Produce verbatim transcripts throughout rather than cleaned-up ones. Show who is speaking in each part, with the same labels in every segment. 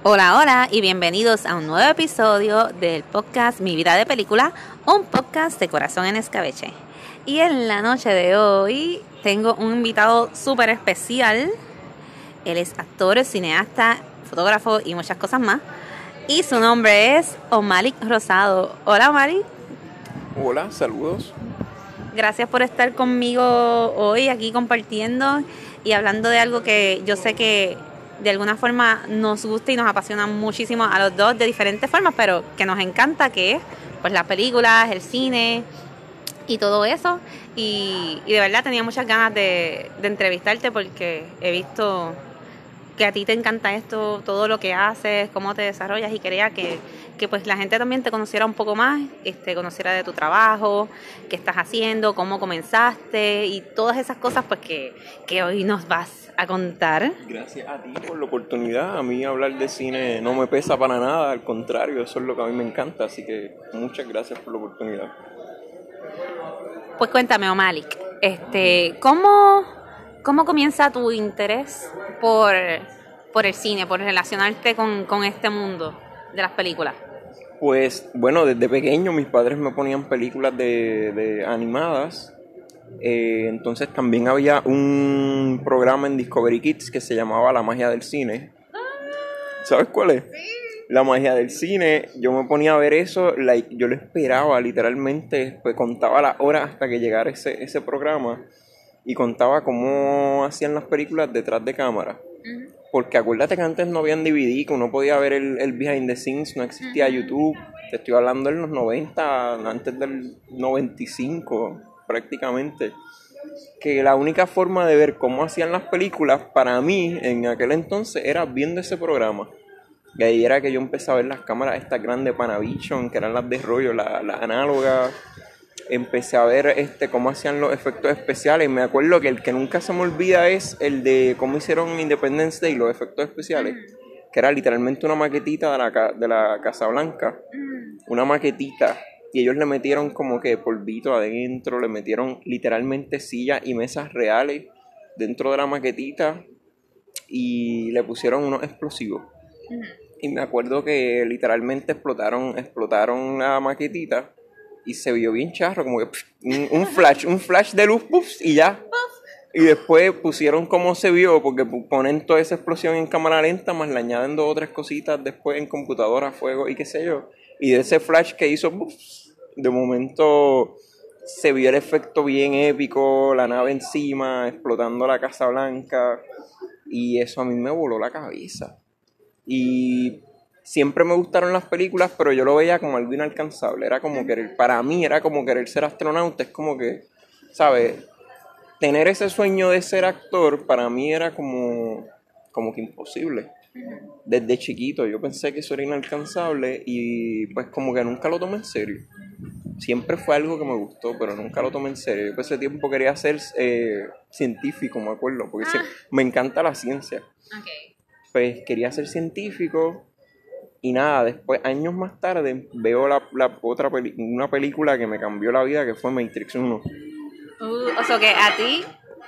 Speaker 1: Hola, hola y bienvenidos a un nuevo episodio del podcast Mi Vida de Película, un podcast de corazón en escabeche. Y en la noche de hoy tengo un invitado súper especial. Él es actor, cineasta, fotógrafo y muchas cosas más. Y su nombre es Omalik Rosado. Hola, Omalik.
Speaker 2: Hola, saludos.
Speaker 1: Gracias por estar conmigo hoy aquí compartiendo y hablando de algo que yo sé que de alguna forma nos gusta y nos apasiona muchísimo a los dos de diferentes formas, pero que nos encanta, que es pues las películas, el cine y todo eso. Y, y de verdad tenía muchas ganas de, de entrevistarte porque he visto que a ti te encanta esto, todo lo que haces, cómo te desarrollas, y quería que, que pues la gente también te conociera un poco más, este, conociera de tu trabajo, qué estás haciendo, cómo comenzaste y todas esas cosas pues que, que hoy nos vas a contar.
Speaker 2: Gracias a ti por la oportunidad. A mí hablar de cine no me pesa para nada, al contrario, eso es lo que a mí me encanta, así que muchas gracias por la oportunidad.
Speaker 1: Pues cuéntame, Omalik, este, ¿cómo, cómo comienza tu interés por, por el cine, por relacionarte con, con este mundo de las películas?
Speaker 2: Pues bueno, desde pequeño mis padres me ponían películas de, de animadas. Eh, entonces también había un programa en Discovery Kids que se llamaba La Magia del Cine. ¿Sabes cuál es? La Magia del Cine. Yo me ponía a ver eso, like, yo lo esperaba literalmente, pues contaba las horas hasta que llegara ese, ese programa y contaba cómo hacían las películas detrás de cámara. Uh-huh. Porque acuérdate que antes no habían D V D, que uno podía ver el, el behind the scenes, no existía uh-huh. YouTube. Te estoy hablando en los noventa, antes del noventa y cinco prácticamente. Que la única forma de ver cómo hacían las películas para mí en aquel entonces era viendo ese programa. Y ahí era que yo empecé a ver las cámaras estas grandes Panavision, que eran las de rollo, las, las análogas. Empecé a ver este cómo hacían los efectos especiales. Me acuerdo que el que nunca se me olvida es el de cómo hicieron Independence Day, los efectos especiales. Mm. Que era literalmente una maquetita de la, de la Casa Blanca. Mm. Una maquetita. Y ellos le metieron como que polvito adentro, le metieron literalmente sillas y mesas reales dentro de la maquetita y le pusieron unos explosivos. Uh-huh. Y me acuerdo que literalmente explotaron, explotaron la maquetita y se vio bien charro, como que pff, un, un flash, un flash de luz, puff, y ya. Y después pusieron cómo se vio, porque ponen toda esa explosión en cámara lenta, más le añaden dos o tres cositas después en computadora, fuego y qué sé yo. Y de ese flash que hizo, puff, de momento se vio el efecto bien épico, la nave encima, explotando la Casa Blanca. Y eso a mí me voló la cabeza. Y siempre me gustaron las películas, pero yo lo veía como algo inalcanzable. Era como querer, para mí era como querer ser astronauta. Es como que, ¿sabes? Tener ese sueño de ser actor para mí era como, como que imposible. Desde chiquito yo pensé que eso era inalcanzable y pues como que nunca lo tomé en serio. Siempre fue algo que me gustó, pero nunca lo tomé en serio. Yo por ese tiempo quería ser eh, científico, me acuerdo, porque ah. me encanta la ciencia. Okay. Pues quería ser científico y nada, después, años más tarde, veo la, la otra peli- una película que me cambió la vida, que fue Matrix uno.
Speaker 1: Uh, o sea que a ti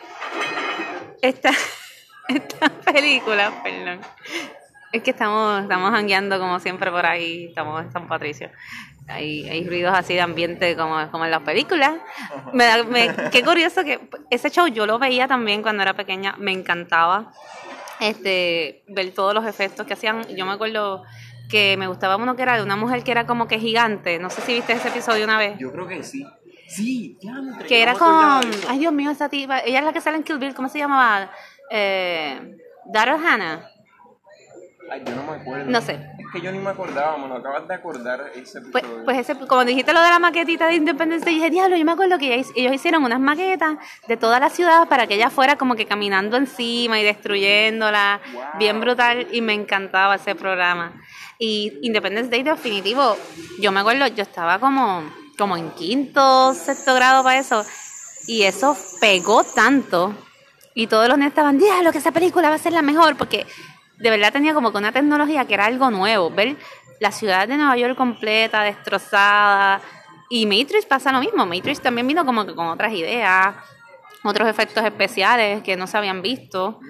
Speaker 1: esta, esta película, perdón, es que estamos estamos jangueando como siempre por ahí, estamos en San Patricio. Hay, hay ruidos así de ambiente como, como en las películas. Me da, me, qué curioso que ese show yo lo veía también cuando era pequeña, me encantaba este ver todos los efectos que hacían. Yo me acuerdo que me gustaba uno que era de una mujer que era como que gigante, no sé si viste ese episodio una vez.
Speaker 2: Yo creo que sí. Sí, ya me
Speaker 1: que era con, ay Dios mío, esa tipa, ella es la que sale en Kill Bill, ¿cómo se llamaba? Eh, Daryl Hannah.
Speaker 2: Ay, yo no me acuerdo.
Speaker 1: No sé.
Speaker 2: Es que yo ni me acordaba, me lo acabas de acordar ese episodio.
Speaker 1: Pues, pues ese, como dijiste lo de la maquetita de Independence Day, dije, diablo, yo me acuerdo que ellos hicieron unas maquetas de toda la ciudad para que ella fuera como que caminando encima y destruyéndola, wow. Bien brutal, y me encantaba ese programa. Y Independence Day definitivo, yo me acuerdo, yo estaba como, como en quinto, sexto grado para eso, y eso pegó tanto, y todos los niños estaban, diablo, que esa película va a ser la mejor, porque de verdad tenía como que una tecnología que era algo nuevo. Ver la ciudad de Nueva York completa, destrozada. Y Matrix pasa lo mismo. Matrix también vino como que con otras ideas, otros efectos especiales que no se habían visto.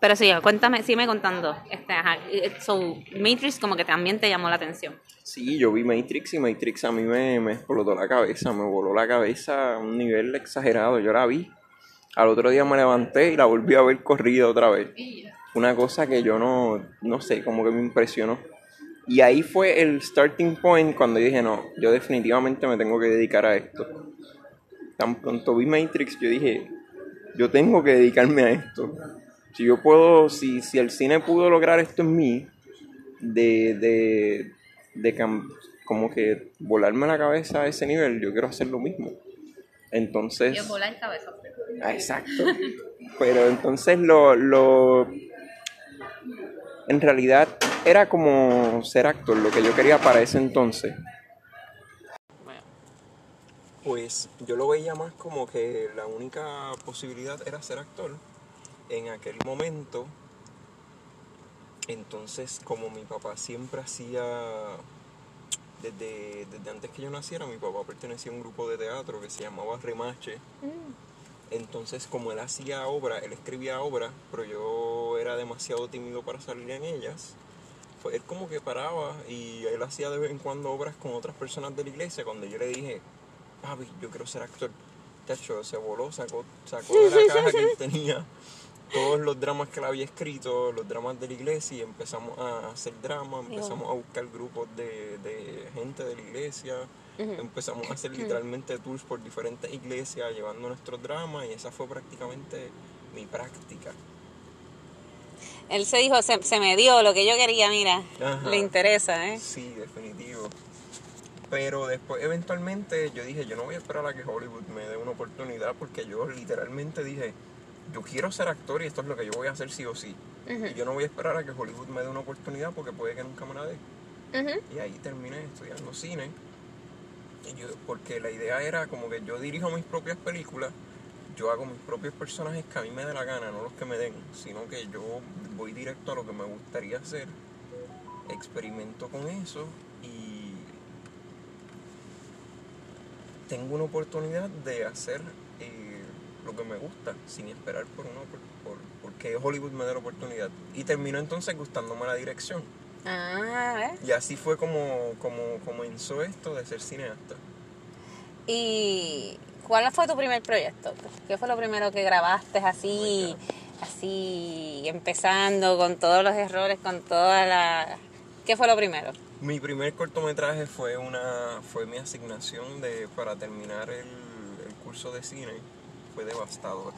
Speaker 1: Pero sí, cuéntame, sígueme contando. Este, ajá, so, Matrix como que también te llamó la atención.
Speaker 2: Sí, yo vi Matrix y Matrix a mí me, me explotó la cabeza, me voló la cabeza a un nivel exagerado. Yo la vi, al otro día me levanté y la volví a ver corrida otra vez. Una cosa que yo no, no sé, como que me impresionó. Y ahí fue el starting point cuando dije, no, yo definitivamente me tengo que dedicar a esto. Tan pronto vi Matrix, yo dije, yo tengo que dedicarme a esto. Si yo puedo, si, si el cine pudo lograr esto en mí, de, de, de cam- como que volarme la cabeza a ese nivel, yo quiero hacer lo mismo. Entonces...
Speaker 1: Yo volar cabeza.
Speaker 2: Ah, exacto. Pero entonces lo, lo... En realidad era como ser actor, lo que yo quería para ese entonces. Pues yo lo veía más como que la única posibilidad era ser actor en aquel momento. Entonces, como mi papá siempre hacía, desde, desde antes que yo naciera, mi papá pertenecía a un grupo de teatro que se llamaba Remache. Mm. Entonces, como él hacía obra, él escribía obras, pero yo era demasiado tímido para salir en ellas, pues él como que paraba y él hacía de vez en cuando obras con otras personas de la iglesia. Cuando yo le dije, papi, yo quiero ser actor, tacho, se voló, sacó, sacó de la caja que él tenía todos los dramas que él había escrito, los dramas de la iglesia, y empezamos a hacer drama, empezamos a buscar grupos de, de gente de la iglesia, uh-huh. Empezamos a hacer literalmente tours por diferentes iglesias llevando nuestros dramas, y esa fue prácticamente mi práctica.
Speaker 1: Él se dijo, se, se me dio lo que yo quería, mira, ajá. Le interesa, ¿eh?
Speaker 2: Sí, definitivo. Pero después, eventualmente, yo dije, yo no voy a esperar a que Hollywood me dé una oportunidad, porque yo literalmente dije, yo quiero ser actor y esto es lo que yo voy a hacer sí o sí. Uh-huh. Y yo no voy a esperar a que Hollywood me dé una oportunidad porque puede que nunca me la dé. Uh-huh. Y ahí terminé estudiando cine. Y yo, porque la idea era como que yo dirijo mis propias películas, yo hago mis propios personajes que a mí me dé la gana, no los que me den, sino que yo voy directo a lo que me gustaría hacer, experimento con eso y tengo una oportunidad de hacer eh, lo que me gusta sin esperar por una por, por, porque Hollywood me dé la oportunidad. Y terminó entonces gustándome la dirección.
Speaker 1: Ah, ¿eh?
Speaker 2: Y así fue como, como comenzó esto de ser cineasta.
Speaker 1: ¿Y cuál fue tu primer proyecto? ¿Qué fue lo primero que grabaste así, así empezando con todos los errores, con toda la... ¿Qué fue lo primero?
Speaker 2: Mi primer cortometraje fue una fue mi asignación de para terminar el, el curso de cine. Fue devastador.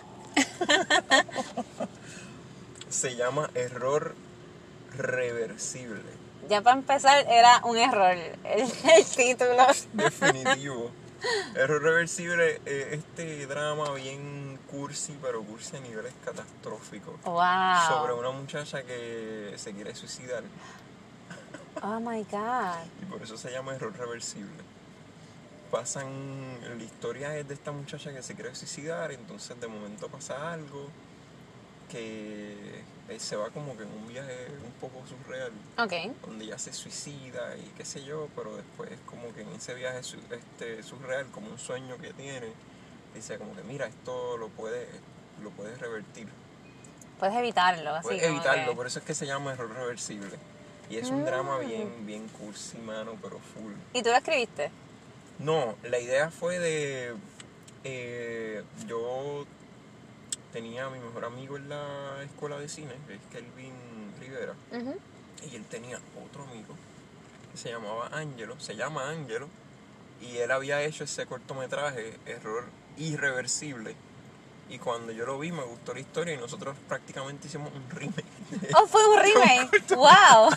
Speaker 2: Se llama Error Reversible.
Speaker 1: Ya para empezar era un error el, el título.
Speaker 2: Definitivo. Error Reversible es este drama bien cursi, pero cursi a niveles catastróficos.
Speaker 1: Wow.
Speaker 2: Sobre una muchacha que se quiere suicidar.
Speaker 1: Oh my God.
Speaker 2: Y por eso se llama Error Reversible. Pasan, la historia es de esta muchacha que se quiere suicidar, entonces de momento pasa algo que se va como que en un viaje un poco surreal.
Speaker 1: Okay.
Speaker 2: Donde ella se suicida y qué sé yo, pero después como que en ese viaje este, surreal, como un sueño que tiene, dice como que mira, esto lo puedes, lo puedes revertir.
Speaker 1: Puedes evitarlo, así.
Speaker 2: Puedes evitarlo,
Speaker 1: que...
Speaker 2: por eso es que se llama Error Reversible. Y es un mm. drama bien, bien cursi, mano, pero full.
Speaker 1: ¿Y tú lo escribiste?
Speaker 2: No, la idea fue de... Eh, yo tenía a mi mejor amigo en la escuela de cine, que es Kelvin Rivera. Uh-huh. Y él tenía otro amigo que se llamaba Ángelo, se llama Ángelo. Y él había hecho ese cortometraje, Error Irreversible. Y cuando yo lo vi me gustó la historia y nosotros prácticamente hicimos un remake.
Speaker 1: ¡Oh, fue un remake! ¡Wow!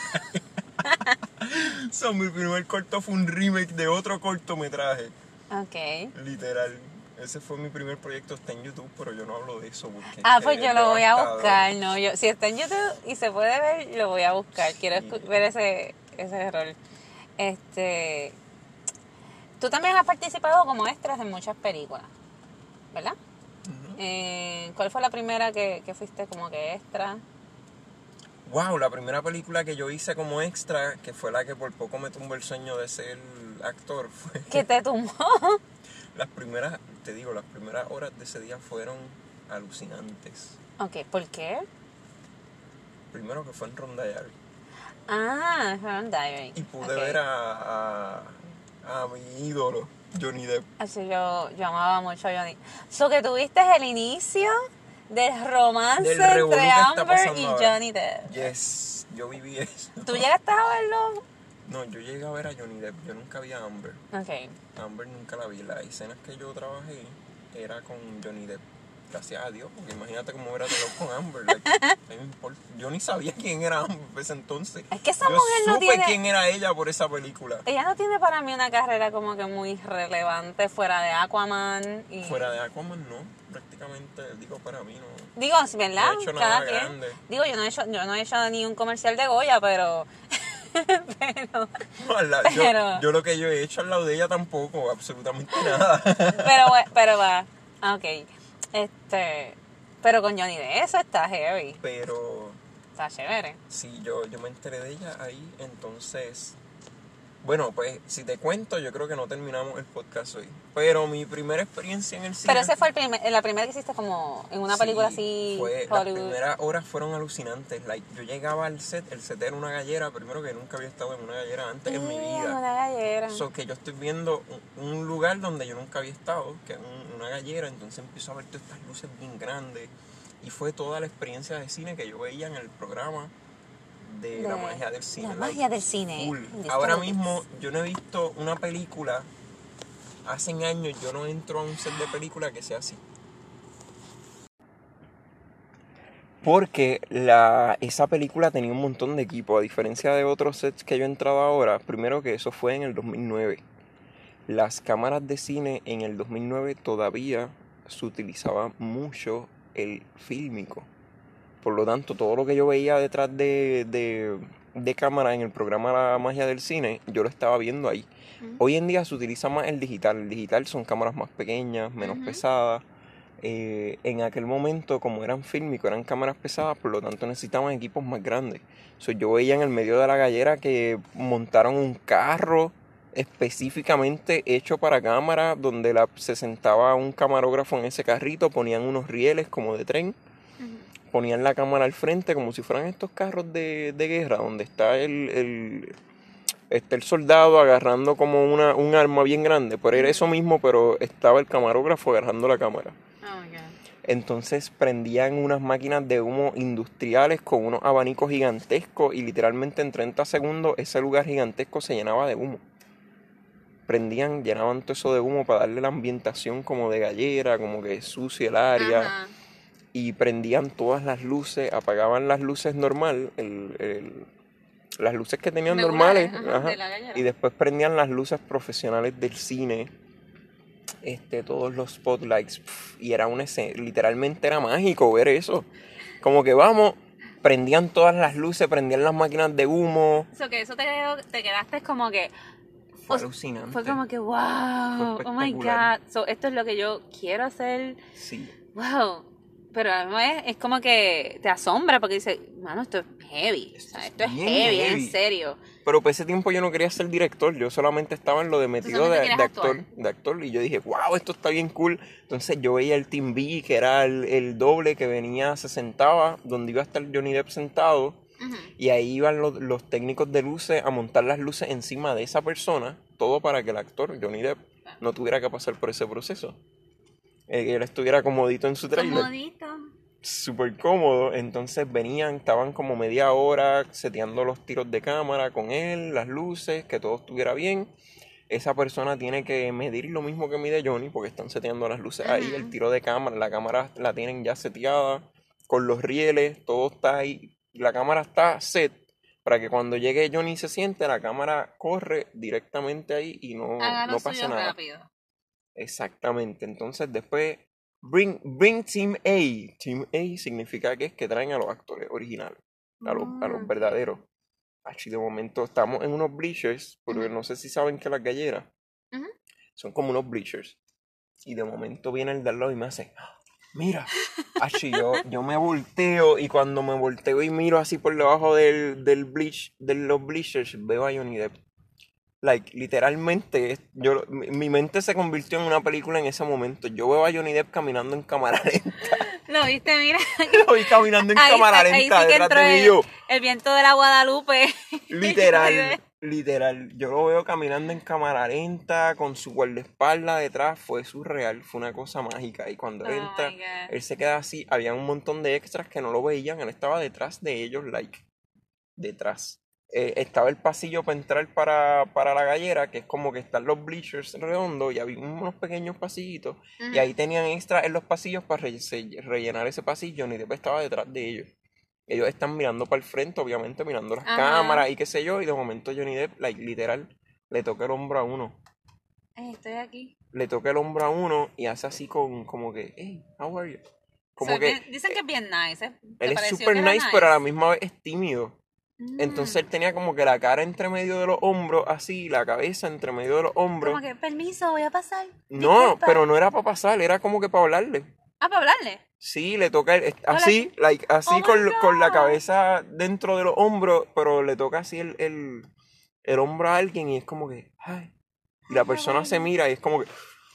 Speaker 2: So, mi primer corto fue un remake de otro cortometraje.
Speaker 1: Ok.
Speaker 2: Literal. Ese fue mi primer proyecto, está en YouTube, pero yo no hablo de eso porque...
Speaker 1: Ah, pues yo lo voy a buscar, no, yo, si está en YouTube y se puede ver, lo voy a buscar, quiero sí. ver ese, ese error. Este... Tú también has participado como extras en muchas películas, ¿verdad? Uh-huh. Eh, ¿Cuál fue la primera que, que fuiste como que extra?
Speaker 2: Wow, la primera película que yo hice como extra, que fue la que por poco me tumbó el sueño de ser actor, fue...
Speaker 1: ¿Qué te tumbó?
Speaker 2: Las primeras, te digo, las primeras horas de ese día fueron alucinantes.
Speaker 1: Ok, ¿por qué?
Speaker 2: primero que fue en Ronda Diary.
Speaker 1: Ah, Ron Diary.
Speaker 2: Y pude
Speaker 1: Okay.
Speaker 2: ver a, a, a mi ídolo, Johnny Depp.
Speaker 1: Así yo, yo amaba mucho a Johnny. So que tuviste el inicio del romance
Speaker 2: Del revolú
Speaker 1: entre
Speaker 2: que está
Speaker 1: Amber
Speaker 2: pasando
Speaker 1: y
Speaker 2: ahora.
Speaker 1: Johnny Depp.
Speaker 2: Yes, yo viví eso.
Speaker 1: ¿Tú llegaste a verlo?
Speaker 2: No, yo llegué a ver a Johnny Depp, yo nunca vi a Amber.
Speaker 1: Ok.
Speaker 2: Amber nunca la vi. Las escenas que yo trabajé era con Johnny Depp. Gracias a Dios, porque imagínate cómo hubiera tenido con Amber. Like, no me importa. Yo ni sabía quién era Amber por ese entonces.
Speaker 1: Es que esa
Speaker 2: yo
Speaker 1: mujer no
Speaker 2: supe
Speaker 1: tiene...
Speaker 2: quién era ella por esa película.
Speaker 1: Ella no tiene para mí una carrera como que muy relevante fuera de Aquaman y...
Speaker 2: Fuera de Aquaman no, prácticamente, digo, para mí no.
Speaker 1: Digo, ¿verdad?
Speaker 2: No he hecho
Speaker 1: Cada
Speaker 2: nada
Speaker 1: quien.
Speaker 2: grande.
Speaker 1: Digo, yo no he hecho, yo no he hecho ni un comercial de Goya, pero... pero...
Speaker 2: No, al la- yo,
Speaker 1: Pero-
Speaker 2: yo lo que yo he hecho al lado de ella tampoco, absolutamente nada.
Speaker 1: Pero, we- pero va. Ok. Este... Pero con Johnny Depp eso está heavy.
Speaker 2: Pero
Speaker 1: Está chévere.
Speaker 2: sí, yo, yo me enteré de ella ahí, entonces... Bueno, pues si te cuento, yo creo que no terminamos el podcast hoy. Pero mi primera experiencia en el cine...
Speaker 1: Pero ese fue el primer, la primera que hiciste como en una
Speaker 2: Sí,
Speaker 1: película así
Speaker 2: fue, las
Speaker 1: Hollywood.
Speaker 2: primeras horas fueron alucinantes. Like, yo llegaba al set, el set era una gallera, primero que nunca había estado en una gallera antes en mi
Speaker 1: Yeah,
Speaker 2: vida.
Speaker 1: una gallera.
Speaker 2: So que yo estoy viendo un, un lugar donde yo nunca había estado, que es un- una gallera, entonces empiezo a ver todas estas luces bien grandes. Y fue toda la experiencia de cine que yo veía en el programa de,
Speaker 1: De
Speaker 2: la magia del cine.
Speaker 1: la
Speaker 2: like,
Speaker 1: magia del cine.
Speaker 2: full.
Speaker 1: De
Speaker 2: Ahora
Speaker 1: Starlight.
Speaker 2: mismo yo no he visto una película, hace años yo no entro a un set de película que sea así. Porque la, esa película tenía un montón de equipo, a diferencia de otros sets que yo he entrado ahora. Primero que eso fue en el dos mil nueve. Las cámaras de cine en el dos mil nueve todavía se utilizaba mucho el fílmico. Por lo tanto, todo lo que yo veía detrás de, de, de cámara en el programa La Magia del Cine, yo lo estaba viendo ahí.
Speaker 1: Ujú.
Speaker 2: Hoy en día se utiliza más el digital. El digital son cámaras más pequeñas, menos
Speaker 1: Ujú.
Speaker 2: pesadas. Eh, en aquel momento, como eran fílmicos, eran cámaras pesadas, por lo tanto necesitaban equipos más grandes. So, yo veía en el medio de la gallera que montaron un carro específicamente hecho para cámara, donde la, se sentaba un camarógrafo en ese carrito, ponían unos rieles como de tren,
Speaker 1: Ujú.
Speaker 2: ponían la cámara al frente como si fueran estos carros de, de guerra, donde está el, el, está el soldado agarrando como una, un arma bien grande. Pero era eso mismo, pero estaba el camarógrafo agarrando la cámara.
Speaker 1: Oh my God.
Speaker 2: Entonces prendían unas máquinas de humo industriales con unos abanicos gigantescos y literalmente en treinta segundos ese lugar gigantesco se llenaba de humo. Prendían, llenaban todo eso de humo para darle la ambientación como de gallera, como que sucio el área.
Speaker 1: Ajá.
Speaker 2: Y prendían todas las luces, apagaban las luces normal, el, el- las luces que tenían
Speaker 1: Regulares,
Speaker 2: normales,
Speaker 1: ajá,
Speaker 2: ajá,
Speaker 1: de la gallera.
Speaker 2: y después prendían las luces profesionales del cine, este, todos los spotlights, pf, y era un escen- literalmente era mágico ver eso. Como que vamos, prendían todas las luces, prendían las máquinas de humo.
Speaker 1: So que eso te, quedó- te quedaste como que...
Speaker 2: Fue
Speaker 1: o sea,
Speaker 2: alucinante.
Speaker 1: Fue como que, wow,
Speaker 2: Fue
Speaker 1: oh my
Speaker 2: espectacular.
Speaker 1: God. So, esto es lo que yo quiero hacer.
Speaker 2: Sí.
Speaker 1: Wow. Pero a la vez es como que te asombra porque dices, mano, esto es heavy.
Speaker 2: Esto
Speaker 1: o sea,
Speaker 2: es
Speaker 1: esto es
Speaker 2: bien
Speaker 1: heavy,
Speaker 2: heavy.
Speaker 1: en serio.
Speaker 2: Pero por ese tiempo yo no quería ser director, yo solamente estaba en lo de metido
Speaker 1: solamente
Speaker 2: de, de
Speaker 1: querías
Speaker 2: actor,
Speaker 1: actuar.
Speaker 2: de actor, y yo dije, wow, esto está bien cool. Entonces yo veía el Team B, que era el, el doble que venía, se sentaba, donde iba a estar Johnny Depp sentado,
Speaker 1: Ujú.
Speaker 2: y ahí iban los, los técnicos de luces a montar las luces encima de esa persona, todo para que el actor, Johnny Depp, no tuviera que pasar por ese proceso. Eh, que él estuviera comodito en su trailer.
Speaker 1: Comodito.
Speaker 2: Súper cómodo. Entonces venían, estaban como media hora seteando los tiros de cámara con él, las luces, que todo estuviera bien. Esa persona tiene que medir lo mismo que mide Johnny, porque están seteando las luces ahí,
Speaker 1: Ujú.
Speaker 2: el tiro de cámara, la cámara la tienen ya seteada, con los rieles, todo está ahí. La cámara está set para que cuando llegue Johnny y se siente, la cámara corre directamente ahí y no,
Speaker 1: Haga lo
Speaker 2: no pasa
Speaker 1: suyo
Speaker 2: nada.
Speaker 1: rápido.
Speaker 2: Exactamente. Entonces después, bring, bring Team A. Team A significa que es que traen a los actores originales, a los, a los
Speaker 1: Mm.
Speaker 2: verdaderos. Así de momento estamos en unos bleachers, porque
Speaker 1: Ujú.
Speaker 2: no sé si saben que las galleras
Speaker 1: Ujú.
Speaker 2: son como unos bleachers. Y de momento viene el de al lado y me hace, "Ah, mira, Achi, yo, yo me volteo y cuando me volteo y miro así por debajo del, del bleach, de los bleachers, veo a Johnny Depp. Like, literalmente, es- yo, mi, mi mente se convirtió en una película en ese momento. Yo veo a Johnny Depp caminando en cámara lenta.
Speaker 1: Lo viste, mira.
Speaker 2: Lo vi caminando en
Speaker 1: Ahí,
Speaker 2: cámara
Speaker 1: ahí sí
Speaker 2: lenta
Speaker 1: que
Speaker 2: detrás
Speaker 1: entró
Speaker 2: de mí
Speaker 1: el,
Speaker 2: yo.
Speaker 1: el viento de la Guadalupe.
Speaker 2: Literal, literal. Yo lo veo caminando en cámara lenta, con su guardaespaldas detrás. Fue surreal, fue una cosa mágica. Y cuando él
Speaker 1: Oh
Speaker 2: entra,
Speaker 1: my God.
Speaker 2: él se queda así. Había un montón de extras que no lo veían. Él estaba detrás de ellos, like, detrás. Eh, estaba el pasillo para entrar para, para la gallera, que es como que están los bleachers redondos, y había unos pequeños pasillitos. Y ahí tenían extras en los pasillos para re- se- rellenar ese pasillo. Ni Depp estaba detrás de ellos. Ellos están mirando para el frente, obviamente, mirando las
Speaker 1: Ajá.
Speaker 2: cámaras y qué sé yo, y de momento Johnny Depp, like, literal, le toca el hombro a uno.
Speaker 1: Ay, estoy aquí.
Speaker 2: Le toca el hombro a uno y hace así con, como que, hey, how are you? Como
Speaker 1: Soy
Speaker 2: que
Speaker 1: bien- dicen que es bien nice. ¿eh? ¿Te
Speaker 2: él es
Speaker 1: pareció
Speaker 2: super
Speaker 1: que era
Speaker 2: nice, pero a la misma vez es tímido.
Speaker 1: Mm.
Speaker 2: Entonces él tenía como que la cara entre medio de los hombros, así, la cabeza entre medio de los hombros.
Speaker 1: Como que, permiso, voy a pasar.
Speaker 2: No,
Speaker 1: Disculpa.
Speaker 2: pero no era para pasar, era como que para hablarle.
Speaker 1: Ah, para hablarle.
Speaker 2: Sí, le toca el-
Speaker 1: Hola.
Speaker 2: así, like, así
Speaker 1: Oh
Speaker 2: con,
Speaker 1: my
Speaker 2: con la
Speaker 1: God.
Speaker 2: cabeza dentro de los hombros, pero le toca así el, el, el hombro a alguien y es como que, ay. Y la persona se mira y es como que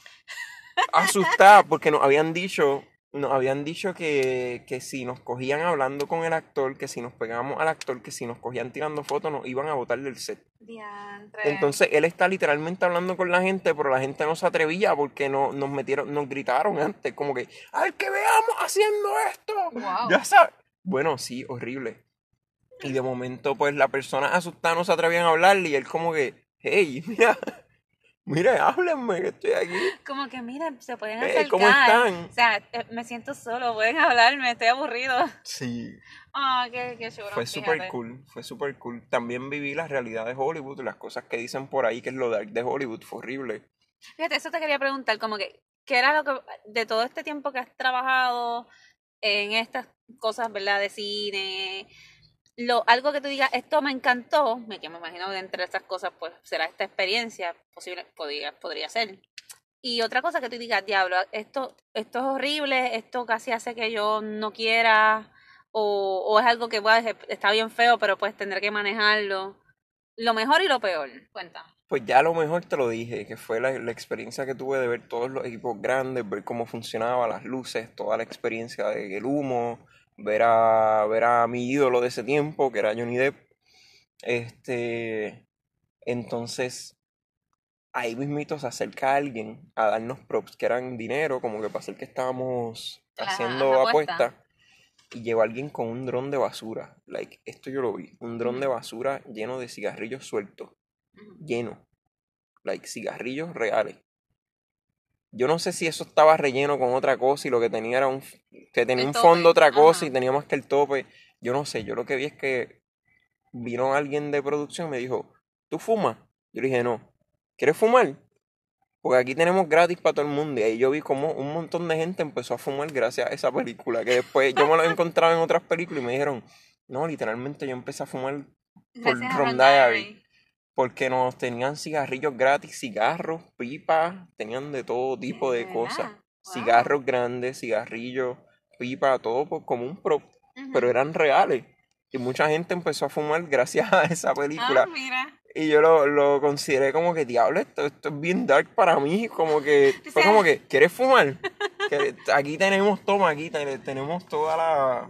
Speaker 2: asustada porque nos habían dicho, nos habían dicho que, que si nos cogían hablando con el actor, que si nos pegábamos al actor, que si nos cogían tirando fotos, nos iban a botar del set.
Speaker 1: Diantre.
Speaker 2: Entonces él está literalmente hablando con la gente, pero la gente no se atrevía porque no, nos metieron, nos gritaron antes, como que, ¡al que veamos haciendo esto!
Speaker 1: Wow.
Speaker 2: Ya sabes. Bueno, sí, horrible. Y de momento, pues la persona asustada no se atrevían a hablarle y él como que, hey, mira, mira, háblenme que estoy aquí.
Speaker 1: Como que, mira, se pueden
Speaker 2: Hey,
Speaker 1: acercar.
Speaker 2: ¿cómo están?
Speaker 1: O sea, eh, me siento solo, pueden hablarme, estoy aburrido.
Speaker 2: Sí,
Speaker 1: Ah, qué, qué chulo.
Speaker 2: fue
Speaker 1: fíjate.
Speaker 2: súper cool, fue súper cool. También viví la realidad de Hollywood, las cosas que dicen por ahí que es lo dark de Hollywood, fue horrible.
Speaker 1: Fíjate, eso te quería preguntar, como que, ¿qué era lo que, de todo este tiempo que has trabajado en estas cosas, ¿verdad? De cine, lo, algo que tú digas, esto me encantó, me, que me imagino que entre estas cosas, pues, será esta experiencia, posible, podría, podría ser. Y otra cosa que tú digas, diablo, esto, esto es horrible, esto casi hace que yo no quiera, o, o es algo que pues, está bien feo, pero pues tendré que manejarlo. Lo mejor y lo peor, cuéntame.
Speaker 2: Pues ya a lo mejor te lo dije, que fue la, la experiencia que tuve de ver todos los equipos grandes, ver cómo funcionaban las luces, toda la experiencia del humo, ver a, ver a mi ídolo de ese tiempo, que era Johnny Depp. Este, entonces, ahí mismito se acerca alguien a darnos props, que eran dinero, como que para hacer que estábamos
Speaker 1: Ajá,
Speaker 2: haciendo
Speaker 1: ajá, apuesta.
Speaker 2: apuestas. Y llegó alguien con un dron de basura. Like, esto yo lo vi. Un dron de
Speaker 1: Ujú.
Speaker 2: basura lleno de cigarrillos sueltos.
Speaker 1: Ujú.
Speaker 2: Lleno. Like, cigarrillos reales. Yo no sé si eso estaba relleno con otra cosa y lo que tenía era un... Que tenía
Speaker 1: El
Speaker 2: un
Speaker 1: tope,
Speaker 2: fondo otra cosa
Speaker 1: ajá.
Speaker 2: y tenía más que el tope. Yo no sé. Yo lo que vi es que vino alguien de producción y me dijo, ¿tú fumas? Yo le dije, no. ¿Quieres fumar? Porque aquí tenemos gratis para todo el mundo. Y ahí yo vi como un montón de gente empezó a fumar gracias a esa película. Que después yo me lo he encontrado en otras películas y me dijeron, no, literalmente yo empecé a fumar por
Speaker 1: Gracias a
Speaker 2: Ron
Speaker 1: Ron
Speaker 2: Diary.
Speaker 1: Diary.
Speaker 2: Porque nos tenían cigarrillos gratis, cigarros, pipas, tenían de todo tipo
Speaker 1: ¿De
Speaker 2: de cosas.
Speaker 1: verdad? Wow.
Speaker 2: Cigarros grandes, cigarrillos, pipas, todo por- como un prop.
Speaker 1: Ujú.
Speaker 2: Pero eran reales. Y mucha gente empezó a fumar gracias a esa
Speaker 1: Ah,
Speaker 2: película.
Speaker 1: mira.
Speaker 2: Y yo lo, lo consideré como que, diablo, esto, esto es bien dark para mí. Como que,
Speaker 1: O
Speaker 2: fue
Speaker 1: sea,
Speaker 2: como que, ¿quieres fumar? Que aquí tenemos, toma, aquí te- tenemos toda la,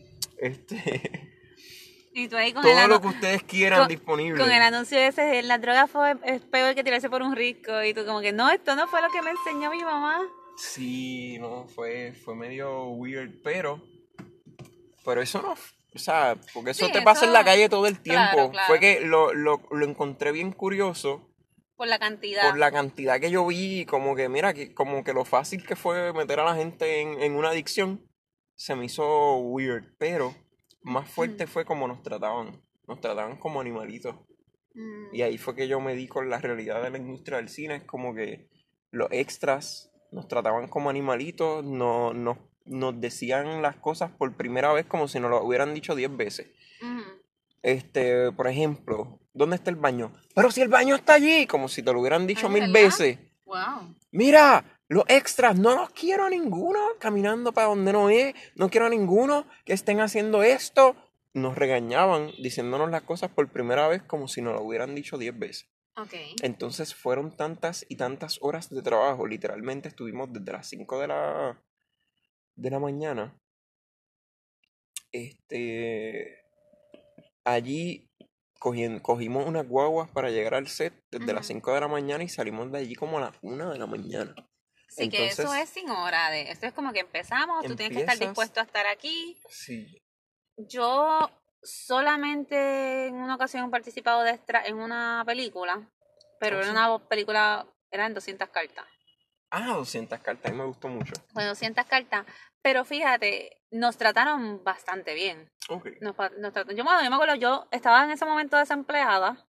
Speaker 2: este,
Speaker 1: y tú ahí con el,
Speaker 2: todo lo
Speaker 1: anu-
Speaker 2: que ustedes quieran
Speaker 1: con,
Speaker 2: disponible.
Speaker 1: con el anuncio ese de la droga fue, es peor que tirarse por un risco. Y tú como que, no, esto no fue lo que me enseñó mi mamá.
Speaker 2: Sí, no, fue, fue medio weird, pero, pero eso no, o sea, porque eso
Speaker 1: Sí,
Speaker 2: te pasa en la
Speaker 1: eso,
Speaker 2: calle todo el tiempo.
Speaker 1: claro, claro.
Speaker 2: Fue que lo, lo, lo encontré bien curioso
Speaker 1: Por la cantidad.
Speaker 2: por la cantidad que yo vi, como que, mira, que, como que lo fácil que fue meter a la gente en, en una adicción, se me hizo weird, pero más fuerte fue como nos trataban, nos trataban como animalitos.
Speaker 1: Mm.
Speaker 2: Y ahí fue que yo me di con la realidad de la industria del cine, es como que los extras nos trataban como animalitos, no, nos, nos decían las cosas por primera vez como si nos lo hubieran dicho diez veces.
Speaker 1: Ujú.
Speaker 2: Este, por ejemplo, ¿dónde está el baño? Pero si el baño está allí, como si te lo hubieran dicho
Speaker 1: Ay,
Speaker 2: mil
Speaker 1: ¿verdad?
Speaker 2: veces.
Speaker 1: Wow.
Speaker 2: Mira, los extras, no los quiero a ninguno caminando para donde no es, no quiero a ninguno que estén haciendo esto. Nos regañaban diciéndonos las cosas por primera vez como si nos lo hubieran dicho diez veces.
Speaker 1: Ok.
Speaker 2: Entonces fueron tantas y tantas horas de trabajo, literalmente estuvimos desde las cinco de la, de la mañana, este, allí cogien- cogimos unas guaguas para llegar al set desde las
Speaker 1: Ujú.
Speaker 2: cinco de la mañana y salimos de allí como a las una de la mañana.
Speaker 1: Sí, que eso es
Speaker 2: Entonces,
Speaker 1: sin hora de, eso es como que empezamos, tú tienes que estar
Speaker 2: empiezas,
Speaker 1: dispuesto a estar aquí.
Speaker 2: sí,
Speaker 1: Yo solamente en una ocasión he participado de extra en una película, pero
Speaker 2: oh,
Speaker 1: era
Speaker 2: sí.
Speaker 1: una película, eran doscientas cartas.
Speaker 2: Ah, doscientas cartas, a mí me gustó mucho.
Speaker 1: Bueno, doscientas cartas, pero fíjate, nos trataron bastante bien.
Speaker 2: Ok.
Speaker 1: Nos, pa- nos trataron- yo, bueno, yo me acuerdo, yo estaba en ese momento desempleada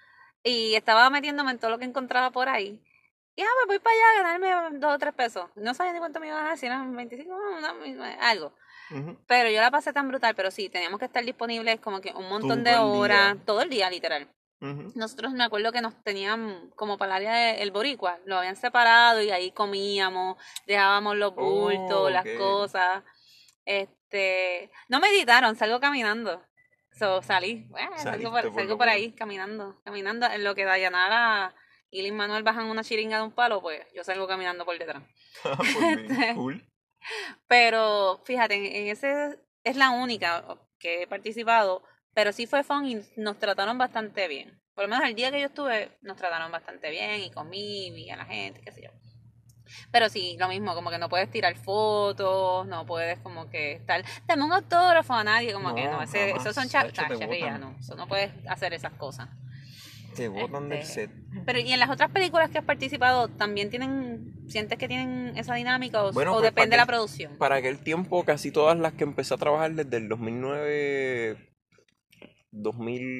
Speaker 1: y estaba metiéndome en todo lo que encontraba por ahí. Y ah, me voy para allá a ganarme dos o tres pesos. No sabía ni cuánto me iban a dar, si eran veinticinco, no, no, algo.
Speaker 2: Ujú.
Speaker 1: Pero yo la pasé tan brutal, pero sí, teníamos que estar disponibles como que un montón
Speaker 2: Todo
Speaker 1: de
Speaker 2: el
Speaker 1: horas,
Speaker 2: día.
Speaker 1: todo el día, literal.
Speaker 2: Ujú.
Speaker 1: Nosotros me acuerdo que nos tenían como para el área del boricua, lo habían separado y ahí comíamos, dejábamos los bultos,
Speaker 2: Oh,
Speaker 1: las
Speaker 2: ok.
Speaker 1: cosas. Este, no me editaron, salgo caminando. So, salí, bueno, salgo
Speaker 2: Saliste
Speaker 1: por,
Speaker 2: por
Speaker 1: salgo
Speaker 2: lo
Speaker 1: por
Speaker 2: menos.
Speaker 1: ahí caminando, caminando en lo que Dayanara y Lin Manuel bajan una chiringa de un palo, pues yo salgo caminando por detrás.
Speaker 2: Por bien,
Speaker 1: Este,
Speaker 2: cool.
Speaker 1: pero fíjate, en, en ese es la única que he participado, pero sí fue fun y nos trataron bastante bien. Por lo menos el día que yo estuve, nos trataron bastante bien y comí, vi a la gente, qué sé yo. Pero sí, lo mismo, como que no puedes tirar fotos, no puedes como que estar, dame un autógrafo a nadie, como que no,
Speaker 2: No,
Speaker 1: ese, esos son
Speaker 2: jamás. De hecho, te
Speaker 1: charrerías,
Speaker 2: botan.
Speaker 1: no, eso no puedes hacer esas cosas.
Speaker 2: Te botan del
Speaker 1: Este,
Speaker 2: set.
Speaker 1: pero ¿y en las otras películas que has participado también tienen, sientes que tienen esa dinámica o,
Speaker 2: Bueno,
Speaker 1: o
Speaker 2: pues para
Speaker 1: depende de la
Speaker 2: aquel,
Speaker 1: producción?
Speaker 2: para aquel tiempo, casi todas las que empecé a trabajar desde el dos mil nueve, dos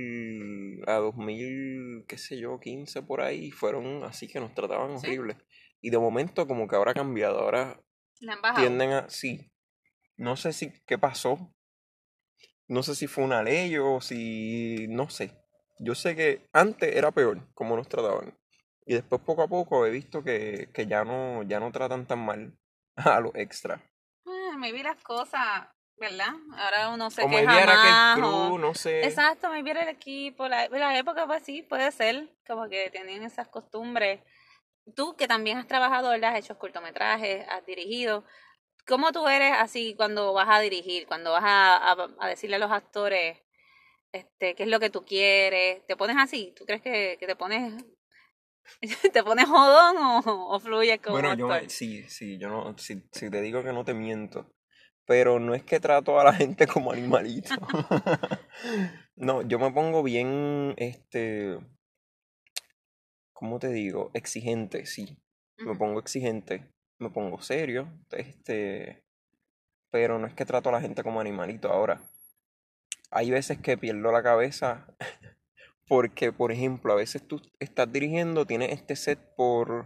Speaker 2: mil a dos mil, qué sé yo, quince por ahí, fueron así que nos trataban
Speaker 1: ¿Sí?
Speaker 2: horrible. Y de momento como que ahora ha cambiado, ahora
Speaker 1: ¿La han bajado?
Speaker 2: tienden a, sí, no sé si qué pasó, no sé si fue una ley o si, no sé. Yo sé que antes era peor como nos trataban. Y después poco a poco he visto que, que ya no, ya no tratan tan mal a los extras.
Speaker 1: Ah, me vi las cosas, ¿verdad? Ahora uno se
Speaker 2: O maybe
Speaker 1: queja
Speaker 2: era que el
Speaker 1: más o...
Speaker 2: crew, no sé.
Speaker 1: Exacto, me vi el equipo, la, la época pues sí, puede ser, como que tenían esas costumbres. Tú que también has trabajado, ¿verdad? Has hecho cortometrajes, has dirigido. ¿Cómo tú eres así cuando vas a dirigir, cuando vas a, a, a decirle a los actores este, qué es lo que tú quieres? ¿Te pones así? ¿Tú crees que, que te pones te pones jodón o, o fluyes como
Speaker 2: Bueno, yo
Speaker 1: actor?
Speaker 2: me, sí, sí, yo no, si, si te digo que no te miento. Pero no es que trato a la gente como animalito. No, yo me pongo bien, este, ¿cómo te digo? Exigente, sí. Me
Speaker 1: Ujú.
Speaker 2: pongo exigente, me pongo serio, este, pero no es que trato a la gente como animalito. Ahora, hay veces que pierdo la cabeza porque, por ejemplo, a veces tú estás dirigiendo, tienes este set por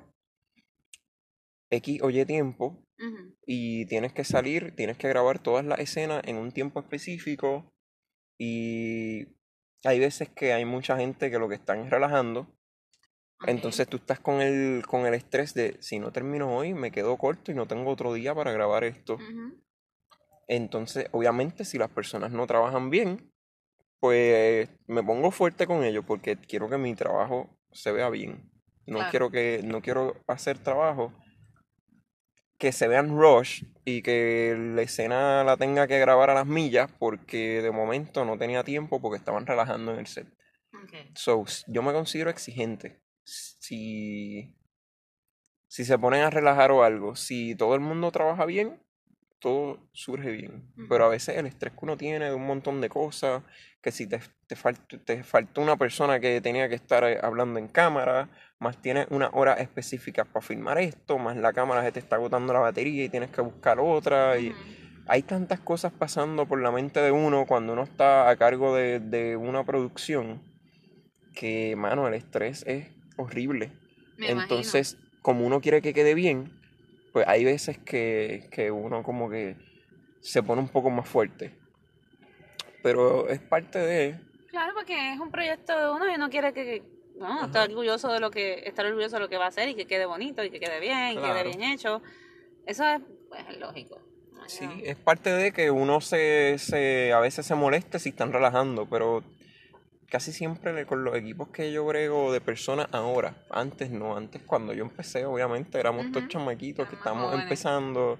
Speaker 2: X o Y tiempo
Speaker 1: Ujú.
Speaker 2: y tienes que salir, tienes que grabar todas las escenas en un tiempo específico y hay veces que hay mucha gente que lo que están es relajando.
Speaker 1: Okay.
Speaker 2: Entonces tú estás con el, con el estrés de si no termino hoy, me quedo corto y no tengo otro día para grabar esto.
Speaker 1: Ujú.
Speaker 2: Entonces, obviamente, si las personas no trabajan bien, pues me pongo fuerte con ellos porque quiero que mi trabajo se vea bien. No
Speaker 1: Claro.
Speaker 2: quiero que, no quiero hacer trabajo que se vean rush y que la escena la tenga que grabar a las millas porque de momento no tenía tiempo porque estaban relajando en el set.
Speaker 1: Okay.
Speaker 2: So, s- yo me considero exigente. Si, si se ponen a relajar o algo, si todo el mundo trabaja bien, todo surge bien.
Speaker 1: Ujú.
Speaker 2: Pero a veces el estrés que uno tiene de un montón de cosas, que si te, te, falt- te faltó una persona que tenía que estar eh, hablando en cámara, más tienes una hora específica para filmar esto, más la cámara se te está agotando la batería y tienes que buscar otra. Y
Speaker 1: Ujú.
Speaker 2: hay tantas cosas pasando por la mente de uno cuando uno está a cargo de, de una producción que, mano, el estrés es horrible.
Speaker 1: Me imagino.
Speaker 2: Entonces, como uno quiere que quede bien, pues hay veces que, que uno como que se pone un poco más fuerte. Pero es parte de...
Speaker 1: Claro, porque es un proyecto de uno y uno quiere que, bueno, estar
Speaker 2: Ajá,
Speaker 1: orgulloso de lo que, estar orgulloso de lo que va a hacer y que quede bonito y que quede bien y quede
Speaker 2: claro.
Speaker 1: bien hecho. Eso es, pues, es lógico. No,
Speaker 2: Sí,
Speaker 1: yo-
Speaker 2: es parte de que uno se, se a veces se moleste si están relajando, pero casi siempre le- con los equipos que yo brego de personas ahora, antes no, antes cuando yo empecé obviamente éramos todos
Speaker 1: Ujú.
Speaker 2: chamaquitos que
Speaker 1: Están más
Speaker 2: estábamos
Speaker 1: jóvenes.
Speaker 2: empezando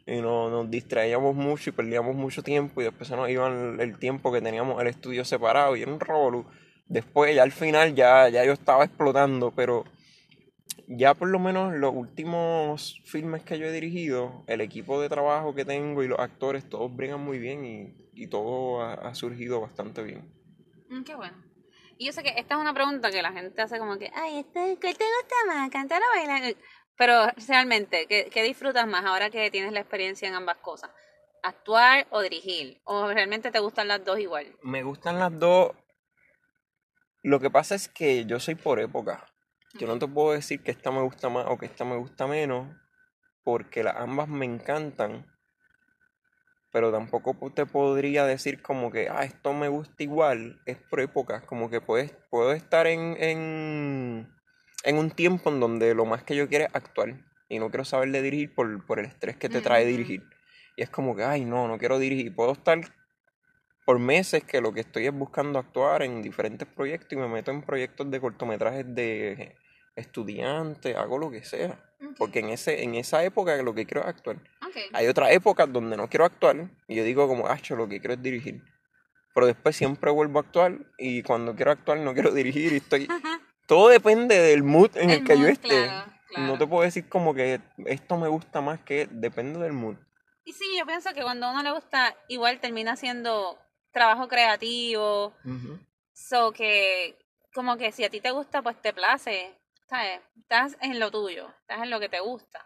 Speaker 2: y no, nos distraíamos mucho y perdíamos mucho tiempo y después se nos iba el, el tiempo que teníamos el estudio separado y era un revolú. Después ya al final ya, ya yo estaba explotando, pero ya por lo menos los últimos filmes que yo he dirigido, el equipo de trabajo que tengo y los actores, todos bregan muy bien y, y todo ha, ha surgido bastante bien.
Speaker 1: Mm, qué bueno. Y yo sé que esta es una pregunta que la gente hace como que, ay, este, ¿qué te gusta más? ¿Cantar o bailar? Pero realmente, ¿qué, ¿qué disfrutas más ahora que tienes la experiencia en ambas cosas? ¿Actuar o dirigir? ¿O realmente te gustan las dos igual?
Speaker 2: Me gustan las dos. Lo que pasa es que yo soy por época. Yo no te puedo decir que esta me gusta más o que esta me gusta menos, porque las ambas me encantan, pero tampoco po- te podría decir como que, ah, esto me gusta igual, es por épocas, como que puedes, puedo estar en, en, en un tiempo en donde lo más que yo quiero es actuar y no quiero saber de dirigir por, por el estrés que te trae
Speaker 1: Ujú.
Speaker 2: dirigir. Y es como que, ay, no, no quiero dirigir. Puedo estar por meses que lo que estoy es buscando actuar en diferentes proyectos y me meto en proyectos de cortometrajes de estudiantes, hago lo que sea.
Speaker 1: Ok.
Speaker 2: Porque en ese, en esa época lo que quiero es actuar.
Speaker 1: Ok.
Speaker 2: Hay otras épocas donde no quiero actuar y yo digo como, ah, lo que quiero es dirigir. Pero después siempre vuelvo a actuar y cuando quiero actuar no quiero dirigir y estoy... Todo depende del mood en el,
Speaker 1: El
Speaker 2: que yo
Speaker 1: mood,
Speaker 2: esté.
Speaker 1: claro,
Speaker 2: No
Speaker 1: claro.
Speaker 2: te puedo decir como que esto me gusta más, que depende del mood.
Speaker 1: Y sí, yo pienso que cuando a uno le gusta, igual termina siendo trabajo creativo.
Speaker 2: Ujú.
Speaker 1: So que, como que si a ti te gusta, pues te place, ¿sabes? Estás en lo tuyo, estás en lo que te gusta.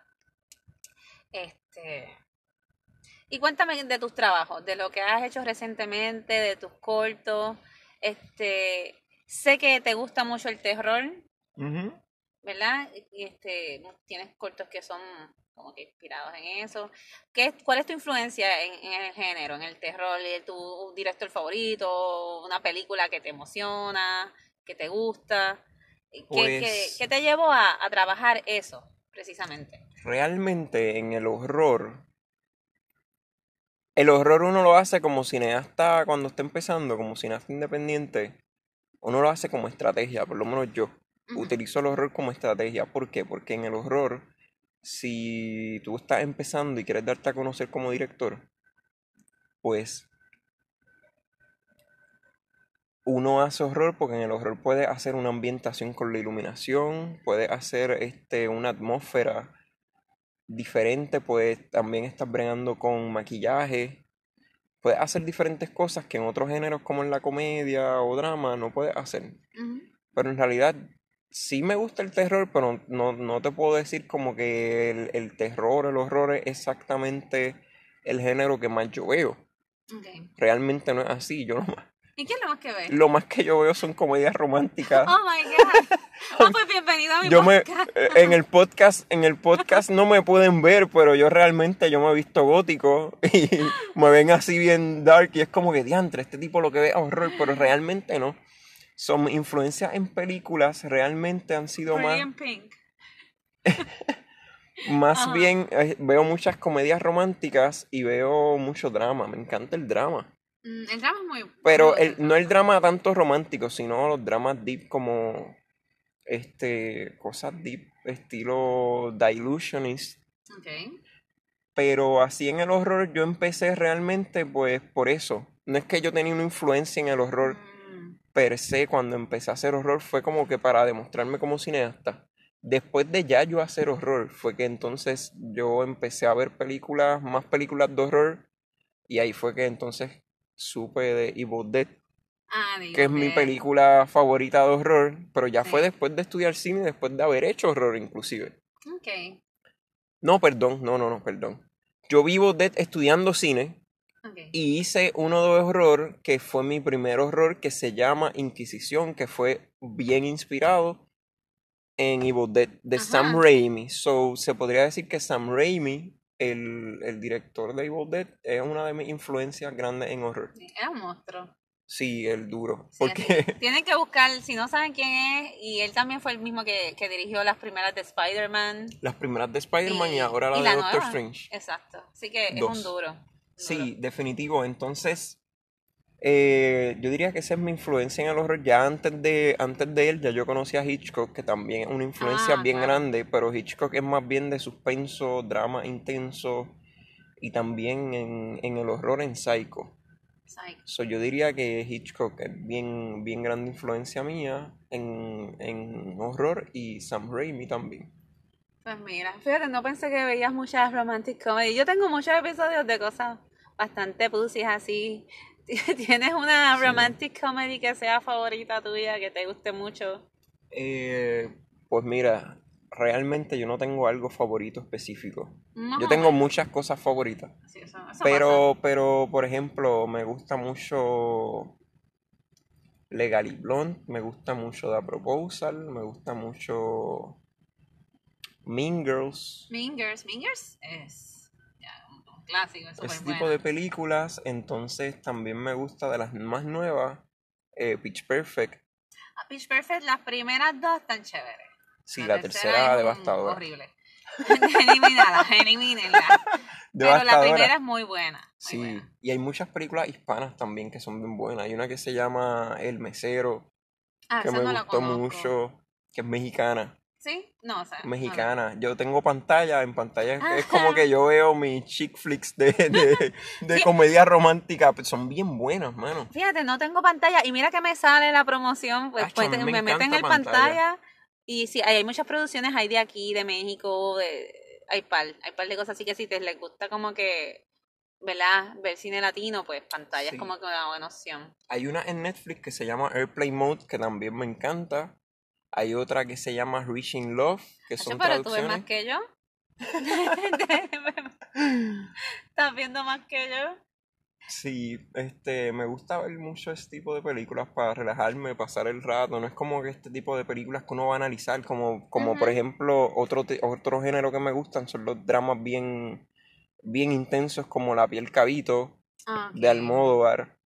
Speaker 1: Este. Y cuéntame de tus trabajos, de lo que has hecho recientemente, de tus cortos. Este. Sé que te gusta mucho el terror,
Speaker 2: Ujú.
Speaker 1: ¿verdad? Y este, tienes cortos que son como que inspirados en eso. ¿Qué, es- ¿Cuál es tu influencia en, en el género, en el terror? ¿Tu director favorito? ¿Una película que te emociona, que te gusta? ¿Qué, qué,
Speaker 2: Pues
Speaker 1: qué te llevó a, a trabajar eso, precisamente?
Speaker 2: realmente en el horror, el horror uno lo hace como cineasta cuando está empezando, como cineasta independiente, uno lo hace como estrategia, por lo menos yo.
Speaker 1: Ujú.
Speaker 2: Utilizo el horror como estrategia. ¿Por qué? Porque en el horror, si tú estás empezando y quieres darte a conocer como director, pues uno hace horror porque en el horror puede hacer una ambientación con la iluminación, puede hacer este, una atmósfera diferente, pues también estás bregando con maquillaje, puedes hacer diferentes cosas que en otros géneros como en la comedia o drama no puedes hacer.
Speaker 1: Ujú.
Speaker 2: Pero en realidad sí me gusta el terror, pero no, no te puedo decir como que el, el terror, el horror es exactamente el género que más yo veo.
Speaker 1: Okay.
Speaker 2: Realmente no es así. Yo lo más,
Speaker 1: ¿Y qué es lo más que ves?
Speaker 2: lo más que yo veo son comedias románticas.
Speaker 1: Oh my God. Oh, pues bienvenido a mi
Speaker 2: Yo me
Speaker 1: podcast.
Speaker 2: eh, en el podcast, en el podcast no me pueden ver, pero yo realmente yo me he visto gótico y me ven así bien dark y es como que diantre, este tipo lo que ve es horror, pero realmente no. Son influencias en películas, realmente han sido
Speaker 1: Pretty
Speaker 2: más,
Speaker 1: in Pink.
Speaker 2: más
Speaker 1: Ajá.
Speaker 2: bien eh, veo muchas comedias románticas y veo mucho drama, me encanta el drama.
Speaker 1: Mm, el drama es muy... A mí me
Speaker 2: Pero
Speaker 1: gusta
Speaker 2: el,
Speaker 1: el
Speaker 2: no el
Speaker 1: drama.
Speaker 2: drama tanto romántico, sino los dramas deep como este cosas deep estilo Dilutionist.
Speaker 1: Okay.
Speaker 2: Pero así en el horror yo empecé realmente pues por eso. No es que yo tenía una influencia en el horror
Speaker 1: Mm,
Speaker 2: per se cuando empecé a hacer horror, fue como que para demostrarme como cineasta. Después de ya yo hacer horror, fue que entonces yo empecé a ver películas, más películas de horror, y ahí fue que entonces supe de Evil Dead,
Speaker 1: ah,
Speaker 2: que es
Speaker 1: digo,
Speaker 2: mi
Speaker 1: de...
Speaker 2: película favorita de horror, pero ya fue
Speaker 1: Sí.
Speaker 2: después de estudiar cine, después de haber hecho horror inclusive.
Speaker 1: Okay.
Speaker 2: No, perdón, no, no, no, perdón. Yo vivo Dead estudiando cine
Speaker 1: Okay.
Speaker 2: y hice uno de horror que fue mi primer horror, que se llama Inquisición, que fue bien inspirado en Evil Dead de Sam
Speaker 1: Ajá.
Speaker 2: Raimi. So, se podría decir que Sam Raimi, el, el director de Evil Dead, es una de mis influencias grandes en horror.
Speaker 1: Sí, es un monstruo.
Speaker 2: Sí, el duro.
Speaker 1: Sí, así.
Speaker 2: Porque
Speaker 1: Tienen que buscar, si no saben quién es, y él también fue el mismo que, que dirigió las primeras de Spider-Man
Speaker 2: las primeras de Spider-Man y
Speaker 1: y,
Speaker 2: ahora la
Speaker 1: y
Speaker 2: de
Speaker 1: la
Speaker 2: Doctor
Speaker 1: nueva.
Speaker 2: Strange.
Speaker 1: Exacto. Así que es un
Speaker 2: Dos.
Speaker 1: duro. Duro.
Speaker 2: Sí, definitivo. Entonces, eh, yo diría que esa es mi influencia en el horror. Ya antes de, antes de él, ya yo conocía a Hitchcock, que también es una influencia
Speaker 1: Ah,
Speaker 2: bien
Speaker 1: claro.
Speaker 2: grande, pero Hitchcock es más bien de suspenso, drama intenso, y también en, en el horror en Psycho.
Speaker 1: Psycho.
Speaker 2: So, yo diría que Hitchcock es bien, bien grande influencia mía en, en horror y Sam Raimi también.
Speaker 1: Pues mira, fíjate, no pensé que veías muchas romantic comedy. Yo tengo muchos episodios de cosas bastante pussies así. ¿Tienes una
Speaker 2: Sí.
Speaker 1: romantic comedy que sea favorita tuya, que te guste mucho?
Speaker 2: Eh, pues mira, realmente yo no tengo algo favorito específico.
Speaker 1: Más
Speaker 2: Yo
Speaker 1: o
Speaker 2: tengo
Speaker 1: menos.
Speaker 2: muchas cosas favoritas.
Speaker 1: Sí, eso, eso pasa.
Speaker 2: Pero, pero, por ejemplo, me gusta mucho Legally Blonde, me gusta mucho The Proposal, me gusta mucho Mean Girls,
Speaker 1: Mean Girls. Mean Girls es ya, un, un clásico, es súper
Speaker 2: ese
Speaker 1: buena.
Speaker 2: tipo de películas. Entonces también me gusta de las más nuevas, eh, Pitch Perfect.
Speaker 1: A Pitch Perfect, las primeras dos están chéveres.
Speaker 2: Sí,
Speaker 1: la,
Speaker 2: la
Speaker 1: tercera,
Speaker 2: tercera
Speaker 1: es un-
Speaker 2: devastadora.
Speaker 1: horrible. Eliminala, elimínenla. Pero la
Speaker 2: Devastadora.
Speaker 1: primera es muy buena. Muy
Speaker 2: Sí,
Speaker 1: buena.
Speaker 2: y hay muchas películas hispanas también que son bien buenas. Hay una que se llama El Mesero,
Speaker 1: Ah,
Speaker 2: que
Speaker 1: esa
Speaker 2: me
Speaker 1: no la
Speaker 2: gustó
Speaker 1: conozco.
Speaker 2: mucho, que es mexicana.
Speaker 1: ¿Sí? No, o sea, no la-
Speaker 2: Mexicana. Yo tengo pantalla, en pantalla es, es
Speaker 1: Ajá.
Speaker 2: como que yo veo mis chick flicks de, de, de
Speaker 1: Sí.
Speaker 2: comedia romántica. Pues son bien buenas, mano.
Speaker 1: Fíjate, no tengo pantalla y mira que me sale la promoción, pues,
Speaker 2: Acho,
Speaker 1: pues,
Speaker 2: a mí me
Speaker 1: me meten
Speaker 2: encanta
Speaker 1: en
Speaker 2: pantalla.
Speaker 1: pantalla y sí, hay, hay muchas producciones, hay de aquí, de México, de, hay par, hay par de cosas así que si te les gusta como que, ¿verdad? Ver cine latino, pues pantalla
Speaker 2: Sí.
Speaker 1: es como que una buena opción.
Speaker 2: Hay una en Netflix que se llama Airplane Mode, que también me encanta. Hay otra que se llama Reaching Love, que
Speaker 1: Hacho,
Speaker 2: son
Speaker 1: pero tú ves más
Speaker 2: traducciones.
Speaker 1: que yo. ¿Estás viendo más que yo?
Speaker 2: Sí, este, me gusta ver mucho este tipo de películas para relajarme, pasar el rato. No es como que este tipo de películas que uno va a analizar, como, como por
Speaker 1: Ujú.
Speaker 2: ejemplo, otro, te- otro género que me gustan son los dramas bien, bien intensos como La piel cabito
Speaker 1: Ok.
Speaker 2: de Almodóvar.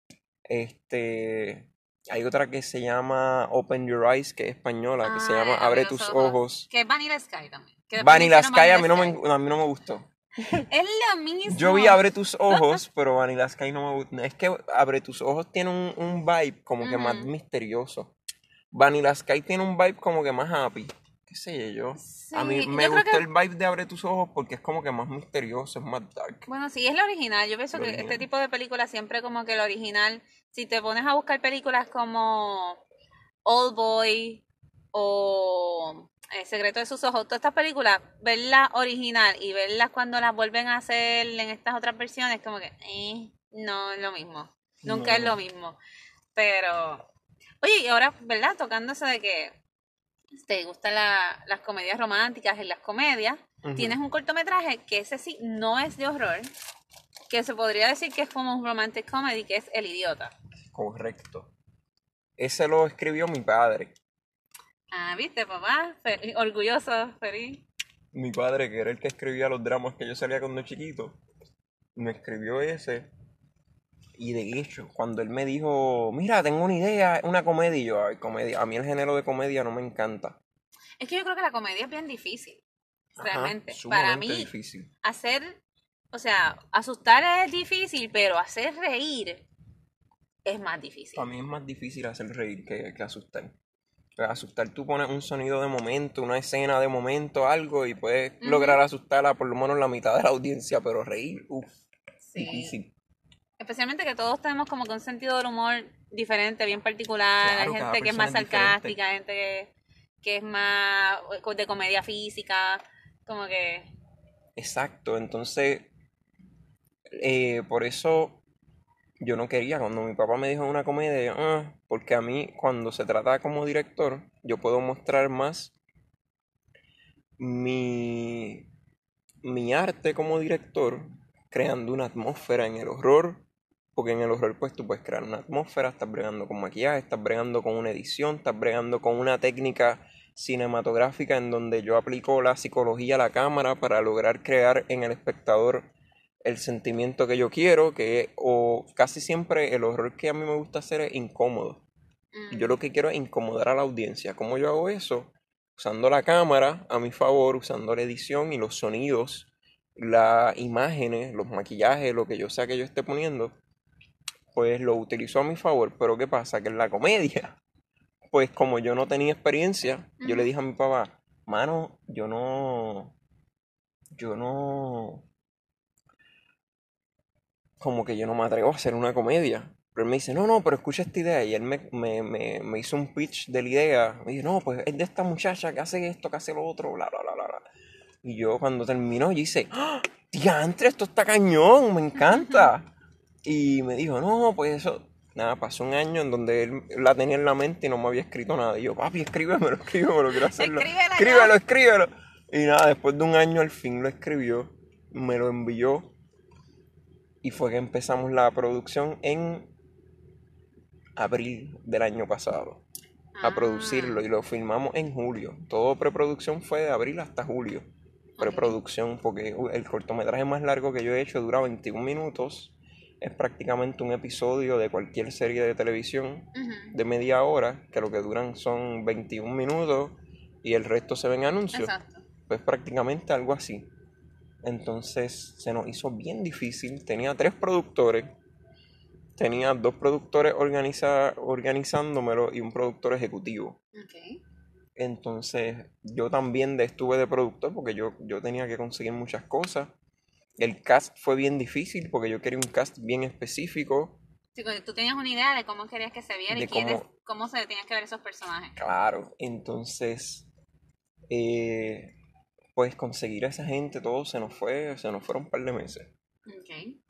Speaker 2: Este, hay otra que se llama Open Your Eyes, que es española, que se llama
Speaker 1: Ah,
Speaker 2: Abre
Speaker 1: los
Speaker 2: tus ojos.
Speaker 1: Que es Vanilla Sky también. Que después
Speaker 2: Vanilla
Speaker 1: hicieron
Speaker 2: Sky a mí no
Speaker 1: Vanilla
Speaker 2: me,
Speaker 1: Sky.
Speaker 2: a mí no me gustó.
Speaker 1: Es lo mismo.
Speaker 2: Yo vi Abre tus ojos, pero Vanilla Sky no me gusta. Es que Abre tus ojos tiene un, un vibe como que más
Speaker 1: Ujú.
Speaker 2: misterioso. Vanilla Sky tiene un vibe como que más happy. ¿Qué sé yo? A mí
Speaker 1: Sí,
Speaker 2: me
Speaker 1: yo creo
Speaker 2: gustó
Speaker 1: que-
Speaker 2: el vibe de Abre tus ojos porque es como que más misterioso, es más dark.
Speaker 1: Bueno, sí, es la original. Yo pienso
Speaker 2: Lo
Speaker 1: que
Speaker 2: original.
Speaker 1: este tipo de películas siempre como que la original, si te pones a buscar películas como Old Boy o El secreto de sus ojos, todas estas películas, verlas original y verlas cuando las vuelven a hacer en estas otras versiones, como que eh, no es lo mismo. Nunca
Speaker 2: No.
Speaker 1: es lo mismo. Pero, oye, y ahora, ¿verdad? Tocándose de que te gustan la- las comedias románticas y las comedias,
Speaker 2: Ujú.
Speaker 1: tienes un cortometraje que ese sí no es de horror, que se podría decir que es como un romantic comedy, que es El Idiota.
Speaker 2: Correcto. Ese lo escribió mi padre.
Speaker 1: Ah, ¿viste, papá? Fe- orgulloso, feliz.
Speaker 2: Mi padre, que era el que escribía los dramas que yo salía cuando chiquito, me escribió ese. Y de hecho, cuando él me dijo, mira, tengo una idea, una comedia, y yo, ay, comedia. A mí el género de comedia no me encanta.
Speaker 1: Es que yo creo que la comedia es bien difícil,
Speaker 2: Ajá,
Speaker 1: realmente.
Speaker 2: sumamente
Speaker 1: Para mí,
Speaker 2: difícil.
Speaker 1: hacer, o sea, asustar es difícil, pero hacer reír es más difícil.
Speaker 2: Para mí es más difícil hacer reír que, que asustar. Pues asustar, tú pones un sonido de momento, una escena de momento, algo, y puedes
Speaker 1: Ujú.
Speaker 2: lograr asustar a por lo menos la mitad de la audiencia, pero reír, uff,
Speaker 1: Sí.
Speaker 2: difícil.
Speaker 1: Especialmente que todos tenemos como que un sentido del humor diferente, bien particular.
Speaker 2: Claro,
Speaker 1: Hay
Speaker 2: cada
Speaker 1: gente que es más
Speaker 2: persona es diferente.
Speaker 1: sarcástica, gente que, que es más de comedia física, como que...
Speaker 2: Exacto, entonces, eh, por eso yo no quería, cuando mi papá me dijo una comedia, yo, "Ah", porque a mí, cuando se trata como director, yo puedo mostrar más mi, mi arte como director, creando una atmósfera en el horror, porque en el horror pues tú puedes crear una atmósfera, estás bregando con maquillaje, estás bregando con una edición, estás bregando con una técnica cinematográfica en donde yo aplico la psicología a la cámara para lograr crear en el espectador el sentimiento que yo quiero, que o casi siempre el horror que a mí me gusta hacer es incómodo.
Speaker 1: mm,
Speaker 2: Yo lo que quiero es incomodar a la audiencia. ¿Cómo yo hago eso? Usando la cámara a mi favor, usando la edición y los sonidos, las imágenes, los maquillajes, lo que yo sea que yo esté poniendo, pues lo utilizo a mi favor. Pero ¿qué pasa? Que en la comedia, pues como yo no tenía experiencia, yo le
Speaker 1: Ujú.
Speaker 2: dije a mi papá, mano, yo no, yo no, como que yo no me atrevo a hacer una comedia. Pero él me dice, no, no, pero escucha esta idea. Y él me, me, me, me hizo un pitch de la idea. Me dice, no, pues es de esta muchacha que hace esto, que hace lo otro, bla, bla, bla, bla, bla. Y yo cuando terminó, yo hice, ¡ah! ¡Diantre, esto está cañón! ¡Me encanta! Y me dijo, no, pues eso... Nada, pasó un año en donde él la tenía en la mente y no me había escrito nada. Y yo, papi, escríbemelo, escríbemelo, quiero hacerlo.
Speaker 1: Escríbelo,
Speaker 2: Escríbelo, escríbelo. Y nada, después de un año al fin lo escribió, me lo envió. Y fue que empezamos la producción en abril del año pasado. A
Speaker 1: Ah.
Speaker 2: producirlo y lo filmamos en julio. Todo preproducción fue de abril hasta julio. Preproducción, porque el cortometraje más largo que yo he hecho dura veintiún minutos. Es prácticamente un episodio de cualquier serie de televisión
Speaker 1: Uh-huh.
Speaker 2: de media hora, que lo que duran son veintiún minutos y el resto se ven anuncios.
Speaker 1: Exacto.
Speaker 2: Pues prácticamente algo así. Entonces se nos hizo bien difícil. Tenía tres productores. Tenía dos productores organiza, organizándomelo y un productor ejecutivo.
Speaker 1: Okay.
Speaker 2: Entonces yo también de, estuve de productor porque yo, yo tenía que conseguir muchas cosas. El cast fue bien difícil porque yo quería un cast bien específico.
Speaker 1: Sí, tú tenías una idea de cómo querías que se viera y quiénes, cómo, cómo se tenían que ver esos personajes.
Speaker 2: Claro, entonces eh, pues conseguir a esa gente, todo se nos fue, se nos fueron un par de meses.
Speaker 1: Okay.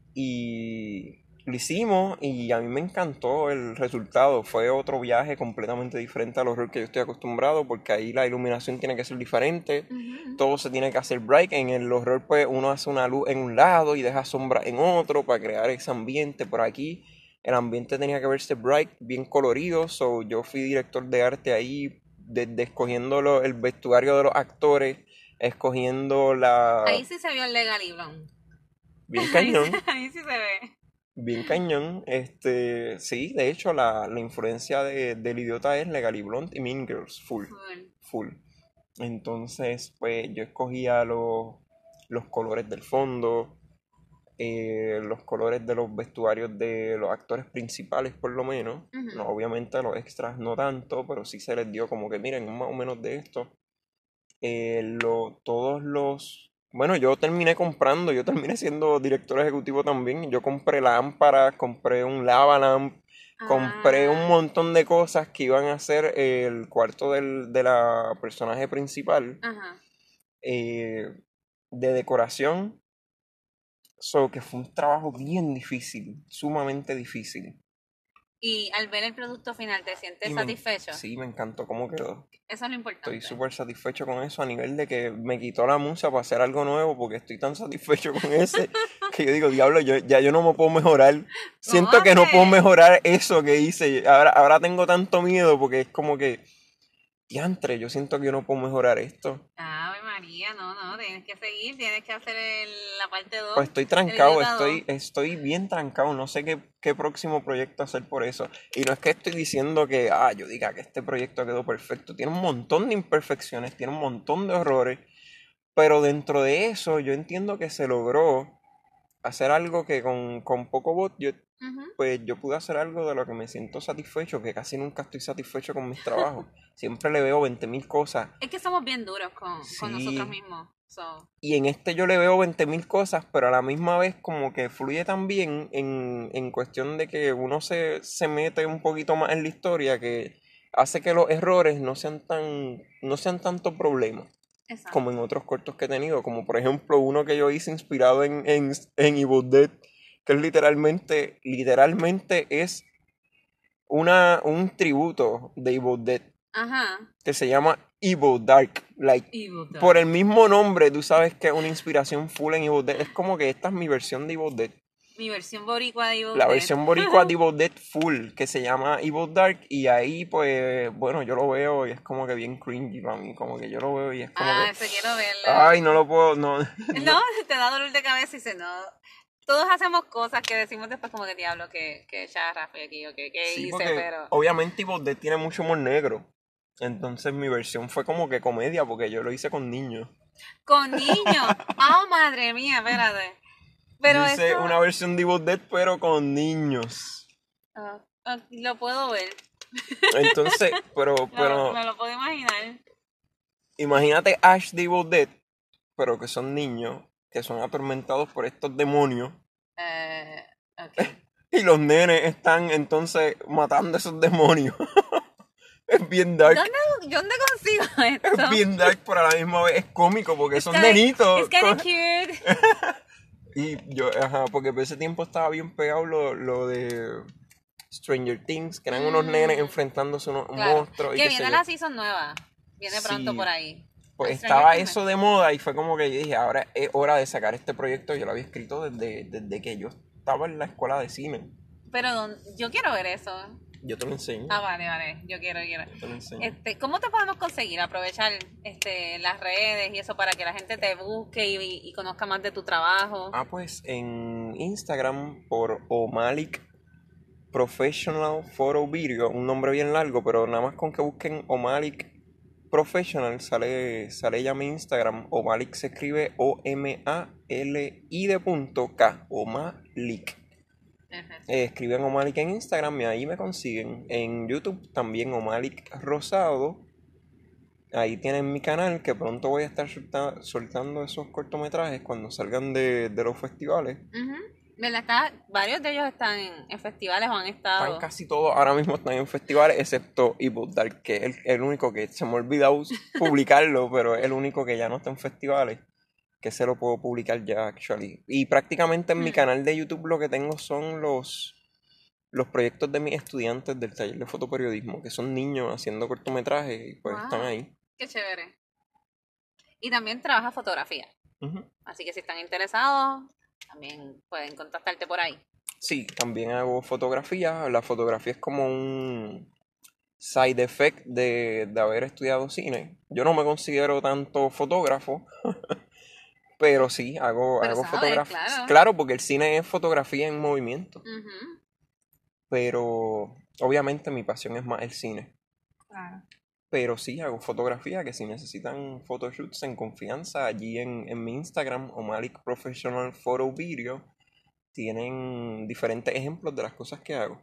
Speaker 2: Y lo hicimos y a mí me encantó el resultado. Fue otro viaje completamente diferente al horror que yo estoy acostumbrado, porque ahí la iluminación tiene que ser diferente. Uh-huh. Todo se tiene que hacer bright. En el horror pues uno hace una luz en un lado y deja sombra en otro para crear ese ambiente. Por aquí el ambiente tenía que verse bright, bien colorido. So yo fui director de arte ahí, desde escogiendo lo, el vestuario de los actores, escogiendo la...
Speaker 1: Ahí sí se vio el Legally Blonde.
Speaker 2: Bien cañón.
Speaker 1: Ahí sí, ahí sí se ve.
Speaker 2: Bien cañón, este, sí, de hecho la, la influencia de, del idiota es Legally Blonde y Mean Girls, full, full, full. Entonces, pues yo escogía los, los colores del fondo, eh, los colores de los vestuarios de los actores principales por lo menos, uh-huh. No, obviamente a los extras no tanto, pero sí se les dio como que miren, más o menos de esto. Eh, lo, todos los... Bueno, yo terminé comprando, yo terminé siendo director ejecutivo también. Yo compré lámparas, compré un lava lamp, ah. compré un montón de cosas que iban a ser el cuarto del, de la personaje principal. Ajá. Eh, de decoración. So, que fue un trabajo bien difícil, sumamente difícil.
Speaker 1: Y al ver el producto final, ¿te sientes satisfecho?
Speaker 2: Me, sí, me encantó cómo quedó.
Speaker 1: Eso es lo importante.
Speaker 2: Estoy súper satisfecho con eso, a nivel de que me quitó la musa para hacer algo nuevo, porque estoy tan satisfecho con ese que yo digo, diablo, yo, ya yo no me puedo mejorar. Siento que no puedo mejorar eso que hice. Ahora, ahora tengo tanto miedo porque es como que, diantre, yo siento que yo no puedo mejorar esto.
Speaker 1: Ave María, no, no, tienes que seguir, tienes que hacer el, la parte dos.
Speaker 2: Pues estoy trancado, estoy, estoy bien trancado, no sé qué, qué próximo proyecto hacer por eso. Y no es que estoy diciendo que, ah, yo diga que este proyecto quedó perfecto, tiene un montón de imperfecciones, tiene un montón de errores, pero dentro de eso yo entiendo que se logró hacer algo que con, con poco bot yo... Uh-huh. Pues yo pude hacer algo de lo que me siento satisfecho, que casi nunca estoy satisfecho con mis trabajos. Siempre le veo veinte mil cosas.
Speaker 1: Es que somos bien duros con, sí. con nosotros mismos. So.
Speaker 2: Y en este yo le veo veinte mil cosas, pero a la misma vez como que fluye también en, en cuestión de que uno se, se mete un poquito más en la historia, que hace que los errores no sean tan no sean tanto problema. Exacto. Como en otros cortos que he tenido, como por ejemplo uno que yo hice inspirado en, en, en Evil Dead, que es literalmente, literalmente es una, un tributo de Evil Dead. Ajá. Que se llama Evil Dark. Like, Evil Dark. Por el mismo nombre, tú sabes que es una inspiración full en Evil Dead. Es como que esta es mi versión de Evil Dead.
Speaker 1: Mi versión boricua de Evil
Speaker 2: La
Speaker 1: Dead.
Speaker 2: La versión boricua de Evil Dead full, que se llama Evil Dark. Y ahí, pues, bueno, yo lo veo y es como que bien cringy para mí. Como que yo lo veo y es como
Speaker 1: ah,
Speaker 2: que...
Speaker 1: ese quiero verlo.
Speaker 2: Ay, no lo puedo, no.
Speaker 1: No, no, te da dolor de cabeza y dice, no... Todos hacemos cosas que decimos después como que diablo, que, que charra fui aquí o que, que sí, hice, pero...
Speaker 2: Obviamente Evil Dead tiene mucho humor negro. Entonces mi versión fue como que comedia porque yo lo hice con niños.
Speaker 1: ¿Con niños? ¡Ah, oh, madre mía! Espérate.
Speaker 2: Pero yo hice esto... una versión de Evil Dead pero con niños.
Speaker 1: Uh, uh, lo puedo ver.
Speaker 2: Entonces, pero... pero
Speaker 1: no, me lo puedo imaginar.
Speaker 2: Imagínate Ash de Evil Dead, pero que son niños, que son atormentados por estos demonios.
Speaker 1: Eh, okay.
Speaker 2: Y los nenes están entonces matando a esos demonios. Es bien dark.
Speaker 1: ¿Dónde, ¿Dónde consigo esto?
Speaker 2: Es bien dark, pero a la misma vez es cómico porque
Speaker 1: It's
Speaker 2: son
Speaker 1: kinda,
Speaker 2: nenitos.
Speaker 1: It's kinda cute.
Speaker 2: Y yo, ajá, porque por ese tiempo estaba bien pegado lo, lo de Stranger Things, que eran unos
Speaker 1: Mm,
Speaker 2: nenes enfrentándose a unos
Speaker 1: claro.
Speaker 2: monstruos. Y
Speaker 1: Que
Speaker 2: qué
Speaker 1: viene
Speaker 2: sé
Speaker 1: la
Speaker 2: yo.
Speaker 1: season nueva. Viene pronto
Speaker 2: Sí.
Speaker 1: por ahí.
Speaker 2: Pues
Speaker 1: Stranger
Speaker 2: estaba
Speaker 1: Things.
Speaker 2: eso de moda y fue como que yo dije, ahora es hora de sacar este proyecto. Yo lo había escrito desde, desde que yo estaba en la escuela de cine.
Speaker 1: Pero don- yo quiero ver eso.
Speaker 2: Yo te lo enseño.
Speaker 1: Ah, vale, vale. Yo quiero, quiero.
Speaker 2: Yo te lo enseño.
Speaker 1: Este, ¿cómo te podemos conseguir? Aprovechar este, las redes y eso para que la gente te busque y, y conozca más de tu trabajo.
Speaker 2: Ah, pues en Instagram por Omalik Professional Photo Video, un nombre bien largo, pero nada más con que busquen Omalik Professional sale, sale ya mi Instagram. Omalik se escribe O M A L I de punto K, Omalik.
Speaker 1: Perfecto.
Speaker 2: Eh, escriben Omalik en Instagram y ahí me consiguen. En YouTube también Omalik Rosado. Ahí tienen mi canal que pronto voy a estar solta- soltando esos cortometrajes cuando salgan de, de los festivales.
Speaker 1: Ujú. ¿Verdad? Está- varios de ellos están en, en festivales o han estado.
Speaker 2: Están casi todos, ahora mismo están en festivales, excepto Evil Dark, que es el, el único que se me ha olvidado publicarlo, pero es el único que ya no está en festivales, que se lo puedo publicar ya, actually. Y prácticamente en mi
Speaker 1: Hmm.
Speaker 2: canal de YouTube lo que tengo son los, los proyectos de mis estudiantes del taller de fotoperiodismo, que son niños haciendo cortometrajes y pues
Speaker 1: Wow.
Speaker 2: están ahí.
Speaker 1: Qué chévere. Y también trabaja fotografía.
Speaker 2: Ujú.
Speaker 1: Así que si están interesados, también pueden contactarte por ahí.
Speaker 2: Sí, también hago fotografía. La fotografía es como un side effect de, de haber estudiado cine. Yo no me considero tanto fotógrafo, pero sí, hago,
Speaker 1: Pero
Speaker 2: hago
Speaker 1: sabes,
Speaker 2: fotografía.
Speaker 1: claro.
Speaker 2: Claro, porque el cine es fotografía en movimiento,
Speaker 1: Ujú.
Speaker 2: pero obviamente mi pasión es más el cine.
Speaker 1: Claro.
Speaker 2: Pero sí, hago fotografía, que si necesitan photoshoots en confianza, allí en, en mi Instagram, Omalik Professional Photo Video, tienen diferentes ejemplos de las cosas que hago.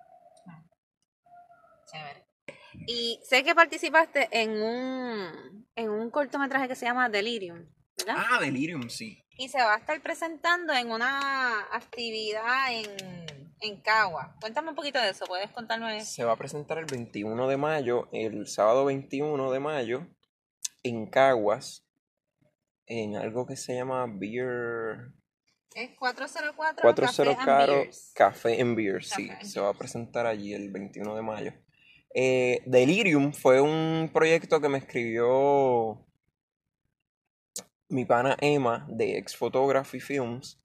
Speaker 1: Chévere. Y sé que participaste en un, en un cortometraje que se llama Delirium, ¿verdad?
Speaker 2: Ah, Delirium, sí.
Speaker 1: Y se va a estar presentando en una actividad en, en Cagua. Cuéntame un poquito de eso, ¿puedes contarme?
Speaker 2: Se va a presentar el veintiuno de mayo, el sábado veintiuno de mayo, en Caguas, en algo que se llama Beer...
Speaker 1: Es cuatrocientos cuatro
Speaker 2: cuatrocientos
Speaker 1: Café and
Speaker 2: Caro
Speaker 1: Beers.
Speaker 2: Café and Beer, sí,
Speaker 1: Café and
Speaker 2: se va a presentar allí el veintiuno de mayo. Eh, Delirium fue un proyecto que me escribió mi pana Emma de Ex Photography Films.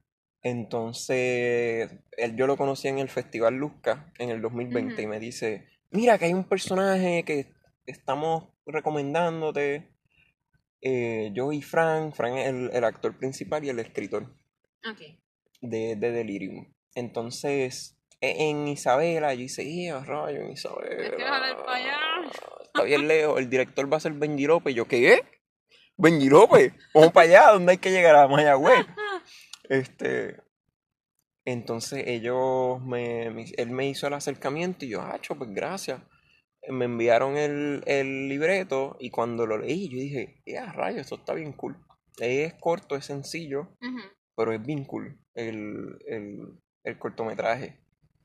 Speaker 2: Entonces, él, yo lo conocí en el Festival Luzca en el dos mil veinte
Speaker 1: Ujú.
Speaker 2: y me dice, mira que hay un personaje que estamos recomendándote, eh, yo y Frank, Frank es el, el actor principal y el escritor
Speaker 1: Ok.
Speaker 2: de, de Delirium. Entonces, e- en Isabela, yo hice, ¡eh, rayo, en
Speaker 1: Es que vas a
Speaker 2: Isabela!
Speaker 1: ir para allá.
Speaker 2: Está bien lejos, el director va a ser Benji López. Yo, ¿qué? ¿Benji López? Vamos para allá, ¿dónde hay que llegar? A Mayagüez. Este, entonces ellos me, me- él me hizo el acercamiento y yo, ah, cho, pues gracias. Me enviaron el, el libreto y cuando lo leí yo dije, ya, rayo, esto está bien cool. Es corto, es sencillo,
Speaker 1: Ujú.
Speaker 2: pero es bien cool el, el, el cortometraje.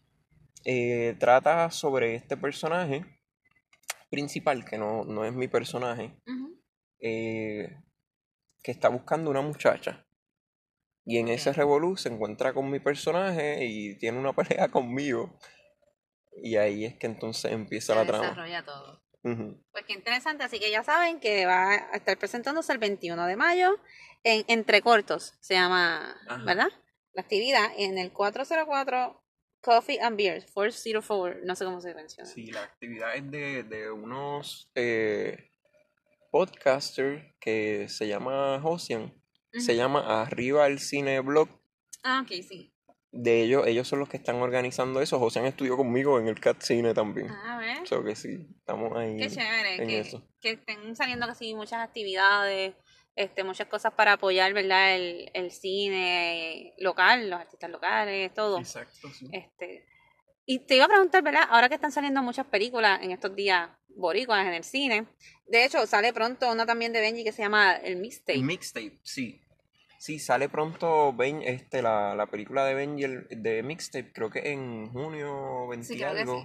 Speaker 2: Eh, trata sobre este personaje principal, que no, no es mi personaje,
Speaker 1: Ujú.
Speaker 2: eh, que está buscando una muchacha. Y en
Speaker 1: Ok.
Speaker 2: ese revolú se encuentra con mi personaje y tiene una pelea conmigo. Y ahí es que entonces empieza
Speaker 1: Se
Speaker 2: la trama.
Speaker 1: desarrolla todo.
Speaker 2: Ujú.
Speaker 1: Pues qué interesante, así que ya saben que va a estar presentándose el veintiuno de mayo en Entre Cortos, se llama,
Speaker 2: Ajá.
Speaker 1: ¿verdad? La actividad en el cuatrocientos cuatro Coffee and Beers, cuatrocientos cuatro, no sé cómo se menciona.
Speaker 2: Sí, la actividad es de, de unos eh, podcasters que se llama Josian. Se
Speaker 1: Ujú.
Speaker 2: llama Arriba el Cine Blog.
Speaker 1: Ah, ok, sí.
Speaker 2: De ellos, ellos son los que están organizando eso. Josian estudió conmigo en el Cat Cine también.
Speaker 1: Ah, a ver.
Speaker 2: O sea que sí, estamos ahí
Speaker 1: Qué chévere,
Speaker 2: en
Speaker 1: que,
Speaker 2: eso.
Speaker 1: que estén saliendo casi muchas actividades, este, muchas cosas para apoyar, ¿verdad? El, el cine local, los artistas locales, todo.
Speaker 2: Exacto, sí.
Speaker 1: Este, y te iba a preguntar, ¿verdad? Ahora que están saliendo muchas películas en estos días boricuas en el cine. De hecho, sale pronto una también de Benji que se llama El Mixtape.
Speaker 2: El mixtape, sí. Sí, sale pronto Ben, este, la, la película de Benji, el- de Mixtape, creo que en junio
Speaker 1: Sí,
Speaker 2: veinte
Speaker 1: creo que
Speaker 2: algo.
Speaker 1: sí.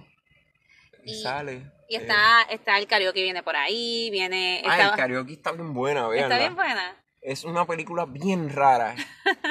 Speaker 2: Y
Speaker 1: Y,
Speaker 2: sale.
Speaker 1: y
Speaker 2: eh,
Speaker 1: está, está el karaoke viene por ahí, viene,
Speaker 2: Ah, el
Speaker 1: está,
Speaker 2: karaoke está bien buena,
Speaker 1: está bien
Speaker 2: véanla.
Speaker 1: buena.
Speaker 2: Es una película bien rara.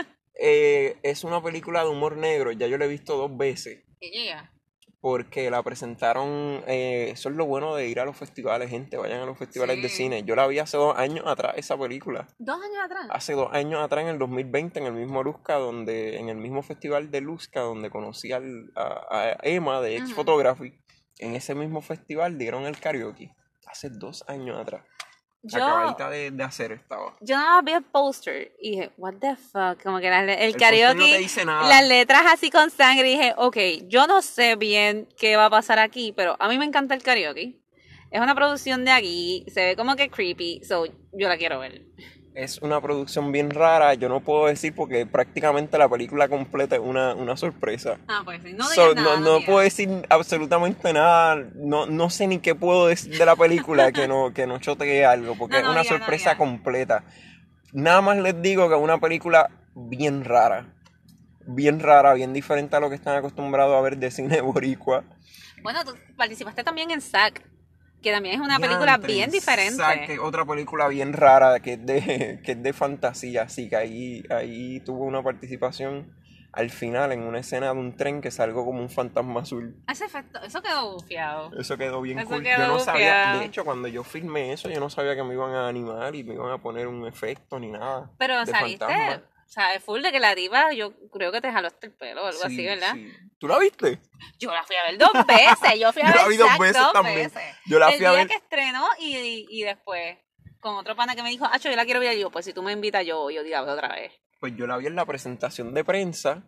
Speaker 2: Eh, es una película de humor negro, ya yo la he visto dos veces.
Speaker 1: Y llega.
Speaker 2: Porque la presentaron, eh, eso es lo bueno de ir a los festivales, gente, vayan a los festivales de
Speaker 1: Sí.
Speaker 2: cine. Yo la vi hace dos años atrás, esa película.
Speaker 1: Dos años atrás.
Speaker 2: Hace dos años atrás, en el dos mil veinte, en el mismo Luzca, donde, en el mismo festival de Luzca, donde conocí al- a, a Emma de X
Speaker 1: Ujú.
Speaker 2: Photography, en ese mismo festival dieron el karaoke. Hace dos años atrás.
Speaker 1: Yo,
Speaker 2: Acabadita de, de hacer estaba.
Speaker 1: yo nada más vi el póster y dije, what the fuck, como que las le- el
Speaker 2: El póster no
Speaker 1: karaoke,
Speaker 2: te dice nada.
Speaker 1: las letras así con sangre, y dije, ok, yo no sé bien qué va a pasar aquí, pero a mí me encanta el karaoke. Es una producción de aquí, se ve como que creepy, so yo la quiero ver.
Speaker 2: Es una producción bien rara, yo no puedo decir porque prácticamente la película completa es una, una sorpresa.
Speaker 1: Ah, pues sí, no
Speaker 2: So,
Speaker 1: digas nada,
Speaker 2: no,
Speaker 1: no
Speaker 2: no
Speaker 1: digas.
Speaker 2: puedo decir absolutamente nada, no, no sé ni qué puedo decir de la película que no, que no chotee algo, porque
Speaker 1: No,
Speaker 2: es
Speaker 1: no
Speaker 2: una
Speaker 1: digas, no
Speaker 2: sorpresa
Speaker 1: digas.
Speaker 2: completa. Nada más les digo que es una película bien rara, bien rara, bien diferente a lo que están acostumbrados a ver de cine boricua.
Speaker 1: Bueno, tú participaste también en S A C, que también es una película
Speaker 2: Diantre,
Speaker 1: bien
Speaker 2: Zack, que
Speaker 1: diferente.
Speaker 2: otra película bien rara que es de, que es de fantasía, así que ahí, ahí tuvo una participación al final en una escena de un tren que salgo como un fantasma azul.
Speaker 1: Ese efecto, eso quedó bufiado.
Speaker 2: Eso quedó bien
Speaker 1: Eso
Speaker 2: cool. Yo
Speaker 1: quedó
Speaker 2: no sabía, de
Speaker 1: bufiado.
Speaker 2: hecho, cuando yo filmé eso, yo no sabía que me iban a animar y me iban a poner un efecto ni nada
Speaker 1: Pero
Speaker 2: de
Speaker 1: saliste,
Speaker 2: fantasma.
Speaker 1: o sea, es full de que la diva, yo creo que te jaló hasta el pelo o algo así,
Speaker 2: Sí,
Speaker 1: ¿verdad?
Speaker 2: sí. ¿Tú la viste?
Speaker 1: Yo la fui a ver dos veces, yo fui a
Speaker 2: Yo
Speaker 1: ver
Speaker 2: la vi dos
Speaker 1: Zack
Speaker 2: veces
Speaker 1: dos
Speaker 2: también.
Speaker 1: veces.
Speaker 2: Yo la
Speaker 1: El
Speaker 2: fui a
Speaker 1: día
Speaker 2: ver.
Speaker 1: que estrenó y, y, y después con otro pana que me dijo, ah, yo la quiero ver, y yo, pues si tú me invitas yo voy, yo digo, otra vez.
Speaker 2: Pues yo la vi en la presentación de prensa,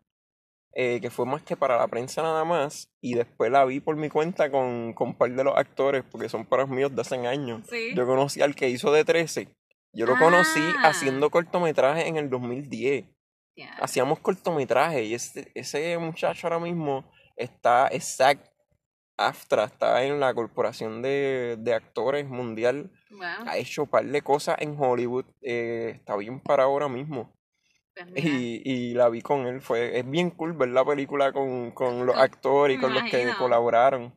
Speaker 2: eh, que fue más que para la prensa nada más, y después la vi por mi cuenta con, con un par de los actores, porque son paros míos de hace años.
Speaker 1: Sí.
Speaker 2: Yo conocí al que hizo de trece. Yo lo conocí
Speaker 1: Ah,
Speaker 2: haciendo cortometrajes en el dos mil diez.
Speaker 1: ya.
Speaker 2: Hacíamos cortometrajes y ese, ese muchacho ahora mismo está exact AFTRA, está en la Corporación de, de Actores Mundial.
Speaker 1: Bueno,
Speaker 2: Ha hecho un par de cosas en Hollywood. eh, está bien para ahora mismo.
Speaker 1: pues mira,
Speaker 2: Y, y la vi con él. Fue, es bien cool ver la película con, con los
Speaker 1: con-
Speaker 2: actores y
Speaker 1: me
Speaker 2: con los que
Speaker 1: imagino.
Speaker 2: colaboraron.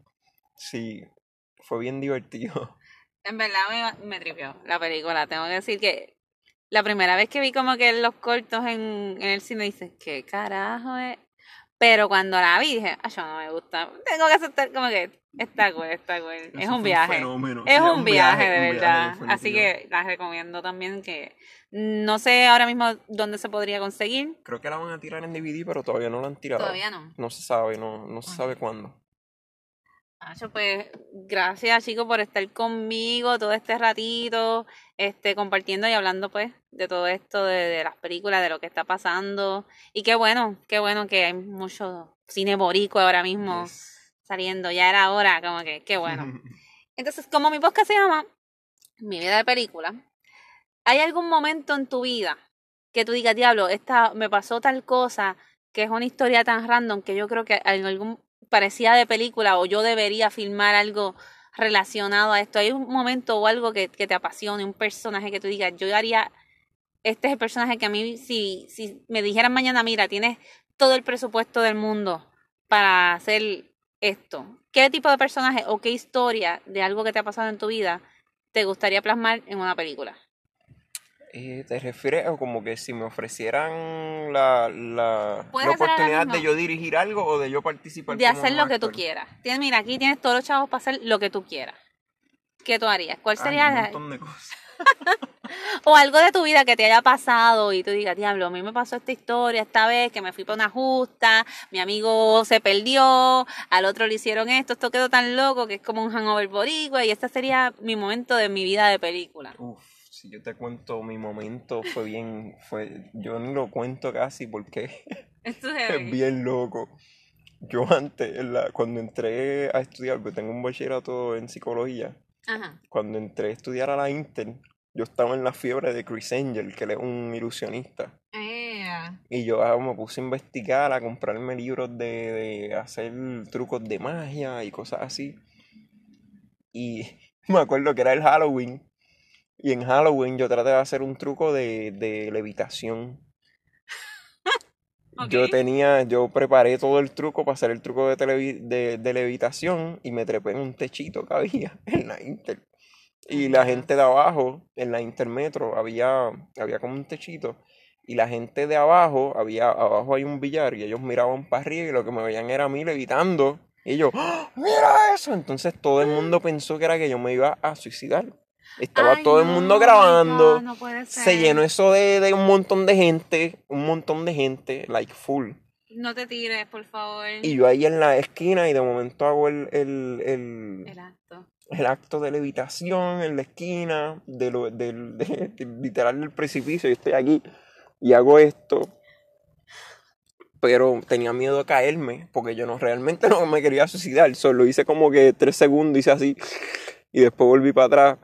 Speaker 2: Sí, fue bien divertido.
Speaker 1: En verdad me, me tripió la película. Tengo que decir que la primera vez que vi como que los cortos en, en el cine, dices, ¿qué carajo es? Pero cuando la vi dije, ah, yo no me gusta. Tengo que aceptar como que está cool, está cool. Es
Speaker 2: Eso
Speaker 1: un
Speaker 2: fue un
Speaker 1: viaje.
Speaker 2: fenómeno.
Speaker 1: Es
Speaker 2: Sí,
Speaker 1: un viaje, de
Speaker 2: un viaje
Speaker 1: verdad. Así
Speaker 2: definitivo.
Speaker 1: que la recomiendo también que no sé ahora mismo dónde se podría conseguir.
Speaker 2: Creo que la van a tirar en D V D, pero todavía no la han tirado.
Speaker 1: Todavía no.
Speaker 2: No se sabe, no, no se
Speaker 1: Ok.
Speaker 2: sabe cuándo.
Speaker 1: Acho, pues gracias chicos por estar conmigo todo este ratito, este, compartiendo y hablando pues de todo esto, de, de las películas, de lo que está pasando. Y qué bueno, qué bueno que hay mucho cine boricua ahora mismo
Speaker 2: Yes.
Speaker 1: saliendo, ya era hora, como que qué bueno. Entonces, como mi podcast se llama Mi vida de película, ¿hay algún momento en tu vida que tú digas, diablo, esta me pasó tal cosa, que es una historia tan random que yo creo que en algún parecía de película o yo debería filmar algo relacionado a esto? ¿Hay un momento o algo que, que te apasione, un personaje que tú digas, yo haría, este es el personaje que a mí, si, si me dijeran mañana, mira, tienes todo el presupuesto del mundo para hacer esto? ¿Qué tipo de personaje o qué historia de algo que te ha pasado en tu vida te gustaría plasmar en una película?
Speaker 2: Eh, ¿te refieres a como que si me ofrecieran la, la,
Speaker 1: Puedes
Speaker 2: la
Speaker 1: hacer ahora
Speaker 2: oportunidad
Speaker 1: mismo
Speaker 2: de yo dirigir algo o de yo participar
Speaker 1: de
Speaker 2: como
Speaker 1: hacer
Speaker 2: un
Speaker 1: lo que tú
Speaker 2: actor?
Speaker 1: quieras. Tienes, mira, aquí tienes todos los chavos para hacer lo que tú quieras. ¿Qué tú harías? ¿Cuál
Speaker 2: Ay,
Speaker 1: sería
Speaker 2: un
Speaker 1: la-
Speaker 2: montón de cosas.
Speaker 1: o algo de tu vida que te haya pasado y tú digas, diablo, a mí me pasó esta historia esta vez que me fui para una justa, mi amigo se perdió, al otro le hicieron esto, esto quedó tan loco que es como un hangover boricua y este sería mi momento de mi vida de película.
Speaker 2: Uf, si yo te cuento mi momento fue bien, fue, yo ni lo cuento casi porque
Speaker 1: Esto es
Speaker 2: es
Speaker 1: heavy.
Speaker 2: bien loco. Yo antes, en la- cuando entré a estudiar, porque tengo un bachillerato en psicología,
Speaker 1: Ajá.
Speaker 2: cuando entré a estudiar a la Inter, yo estaba en la fiebre de Chris Angel, que él es un ilusionista.
Speaker 1: Yeah.
Speaker 2: Y yo ah, me puse a investigar, a comprarme libros de, de hacer trucos de magia y cosas así. Y me acuerdo que era el Halloween. Y en Halloween yo traté de hacer un truco de, de levitación.
Speaker 1: Ok.
Speaker 2: Yo tenía, yo preparé todo el truco para hacer el truco de, televi- de, de levitación y me trepé en un techito que había en la Inter. Y la
Speaker 1: Ajá.
Speaker 2: gente de abajo, en la Intermetro, había, había como un techito. Y la gente de abajo, había, abajo hay un billar y ellos miraban para arriba y lo que me veían era a mí levitando. Y yo, ¡ah! ¡Mira eso! Entonces todo el mundo pensó que era que yo me iba a suicidar. Estaba
Speaker 1: Ay,
Speaker 2: todo el
Speaker 1: no,
Speaker 2: mundo
Speaker 1: oh my
Speaker 2: grabando.
Speaker 1: God, no puede
Speaker 2: Se llenó
Speaker 1: ser.
Speaker 2: eso de, de un montón de gente, un montón de gente, like full.
Speaker 1: No te tires, por favor.
Speaker 2: Y yo ahí en la esquina y de momento hago el, el, el,
Speaker 1: El acto.
Speaker 2: el acto de levitación en la esquina, de lo, del, de, de- literal del precipicio. Yo estoy aquí y hago esto, pero tenía miedo de caerme, porque yo no realmente no me quería suicidar. Solo hice como que tres segundos, hice así, y después volví para atrás.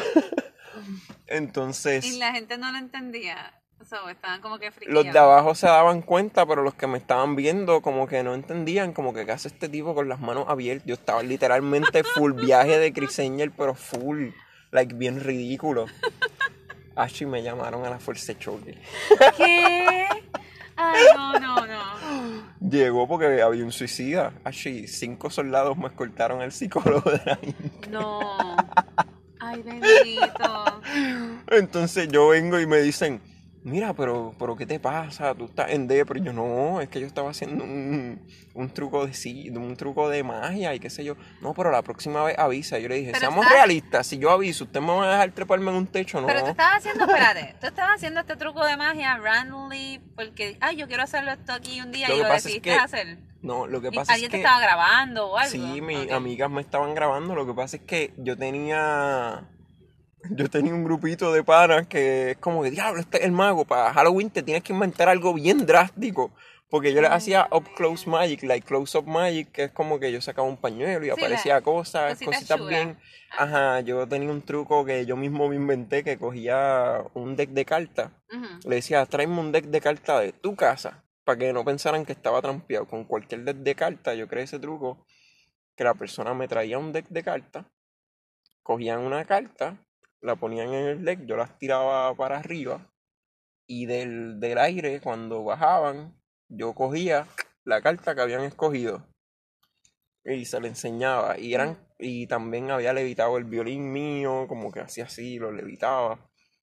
Speaker 1: Y
Speaker 2: Entonces,
Speaker 1: la gente no lo entendía. O sea, estaban como que
Speaker 2: los de
Speaker 1: friqueados.
Speaker 2: abajo se daban cuenta, pero los que me estaban viendo como que no entendían, como que qué hace este tipo con las manos abiertas. Yo estaba literalmente full viaje de Chris Angel, pero full, like bien ridículo. Así me llamaron a la fuerza de choque.
Speaker 1: ¿Qué? Ay, no, no, no.
Speaker 2: Llegó porque había un suicida. Así, cinco soldados me escoltaron al psicólogo de la India.
Speaker 1: No. Ay, bendito.
Speaker 2: Entonces yo vengo y me dicen, mira, pero, pero ¿qué te pasa? Tú estás en depre. Y yo, no, es que yo estaba haciendo un, un truco de sí, un truco de magia y qué sé yo. No, pero la próxima vez avisa. Yo le dije,
Speaker 1: Pero
Speaker 2: seamos
Speaker 1: estás-
Speaker 2: realistas, si yo aviso, ¿usted me va a dejar treparme en un techo? No.
Speaker 1: Pero tú estabas haciendo, espérate, tú estabas haciendo este truco de magia randomly porque, ay, yo quiero hacerlo esto aquí un día
Speaker 2: Lo
Speaker 1: y
Speaker 2: que
Speaker 1: lo
Speaker 2: pasa es
Speaker 1: decidiste
Speaker 2: que-
Speaker 1: hacer.
Speaker 2: No, lo que
Speaker 1: Y
Speaker 2: pasa es
Speaker 1: alguien te
Speaker 2: que...
Speaker 1: estaba grabando o algo.
Speaker 2: Sí, mis
Speaker 1: Ok.
Speaker 2: amigas me estaban grabando. Lo que pasa es que yo tenía. Yo tenía un grupito de panas que es como que, diablo, este es el mago. Para Halloween te tienes que inventar algo bien drástico. Porque yo les
Speaker 1: Ay,
Speaker 2: hacía
Speaker 1: Dios
Speaker 2: up close
Speaker 1: mío.
Speaker 2: magic, like close up magic, que es como que yo sacaba un pañuelo y
Speaker 1: Sí,
Speaker 2: aparecía
Speaker 1: la-
Speaker 2: cosas,
Speaker 1: cositas
Speaker 2: cositas
Speaker 1: chulas.
Speaker 2: bien. Ajá, yo tenía un truco que yo mismo me inventé que cogía un deck de cartas.
Speaker 1: Ujú.
Speaker 2: Le decía, tráeme un deck de cartas de tu casa. Para que no pensaran que estaba trampeado. Con cualquier deck de cartas, yo creé ese truco que la persona me traía un deck de cartas, cogían una carta, la ponían en el deck, yo las tiraba para arriba y del, del aire cuando bajaban yo cogía la carta que habían escogido y se la enseñaba y eran y también había levitado el violín mío, como que hacía así, lo levitaba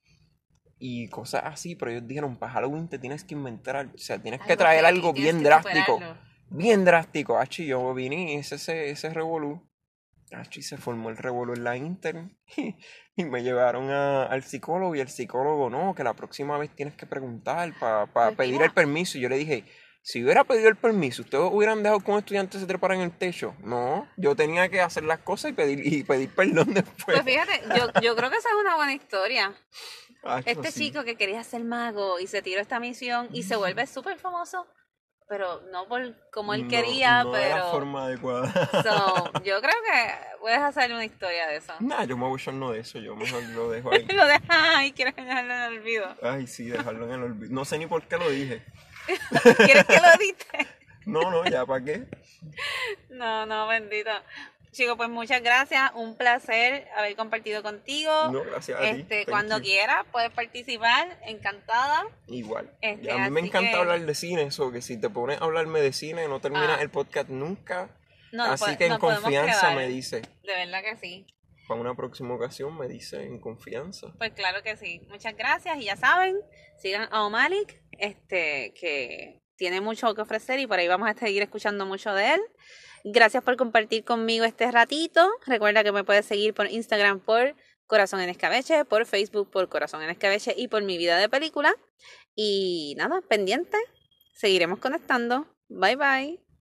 Speaker 2: y cosas así, pero ellos dijeron, para Halloween te tienes que inventar, al- o sea, tienes que
Speaker 1: Algo
Speaker 2: traer
Speaker 1: heavy,
Speaker 2: algo
Speaker 1: tienes
Speaker 2: bien
Speaker 1: que
Speaker 2: drástico,
Speaker 1: superarlo.
Speaker 2: bien drástico, achi, yo vine y ese, ese, ese revolú. Achi, se formó el revolú en la Inter y me llevaron a- al psicólogo y el psicólogo, no, que la próxima vez tienes que preguntar para
Speaker 1: Pues
Speaker 2: pedir
Speaker 1: mira.
Speaker 2: el permiso. Y yo le dije, si hubiera pedido el permiso, ¿ustedes hubieran dejado que un estudiante se trepara en el techo? No, yo tenía que hacer las cosas y pedir, y pedir perdón después.
Speaker 1: Pues fíjate, yo, yo creo que esa es una buena historia.
Speaker 2: Acho,
Speaker 1: Este
Speaker 2: sí.
Speaker 1: chico que quería ser mago y se tiró esta misión y se vuelve súper famoso, pero no por como él
Speaker 2: No,
Speaker 1: quería,
Speaker 2: no de la
Speaker 1: pero...
Speaker 2: forma adecuada.
Speaker 1: So, yo creo que puedes hacer una historia de eso.
Speaker 2: Nah, yo me voy a no de eso, yo mejor lo dejo ahí.
Speaker 1: Lo dejas ahí, quieres dejarlo en el olvido.
Speaker 2: Ay, sí, dejarlo en el olvido. No sé ni por qué lo dije.
Speaker 1: ¿Quieres que lo edite?
Speaker 2: No, no, ya, ¿para qué?
Speaker 1: No, no, bendito. Chicos, pues muchas gracias. Un placer haber compartido contigo.
Speaker 2: No, gracias a ti.
Speaker 1: Este,
Speaker 2: Thank
Speaker 1: cuando
Speaker 2: you.
Speaker 1: quieras puedes participar. Encantada.
Speaker 2: Igual.
Speaker 1: Este,
Speaker 2: Y a mí me
Speaker 1: así
Speaker 2: encanta
Speaker 1: que-
Speaker 2: hablar de cine, eso que si te pones a hablarme de cine no terminas
Speaker 1: Ah.
Speaker 2: el podcast nunca.
Speaker 1: No,
Speaker 2: Así
Speaker 1: pues,
Speaker 2: que en
Speaker 1: nos podemos
Speaker 2: confianza
Speaker 1: quedar.
Speaker 2: me dice.
Speaker 1: De verdad que sí.
Speaker 2: Para una próxima ocasión me dice en confianza.
Speaker 1: Pues claro que sí. Muchas gracias. Y ya saben, sigan a Omalik, este, que tiene mucho que ofrecer y por ahí vamos a seguir escuchando mucho de él. Gracias por compartir conmigo este ratito. Recuerda que me puedes seguir por Instagram por Corazón en Escabeche, por Facebook por Corazón en Escabeche y por Mi Vida de Película. Y nada, pendiente. Seguiremos conectando. Bye bye.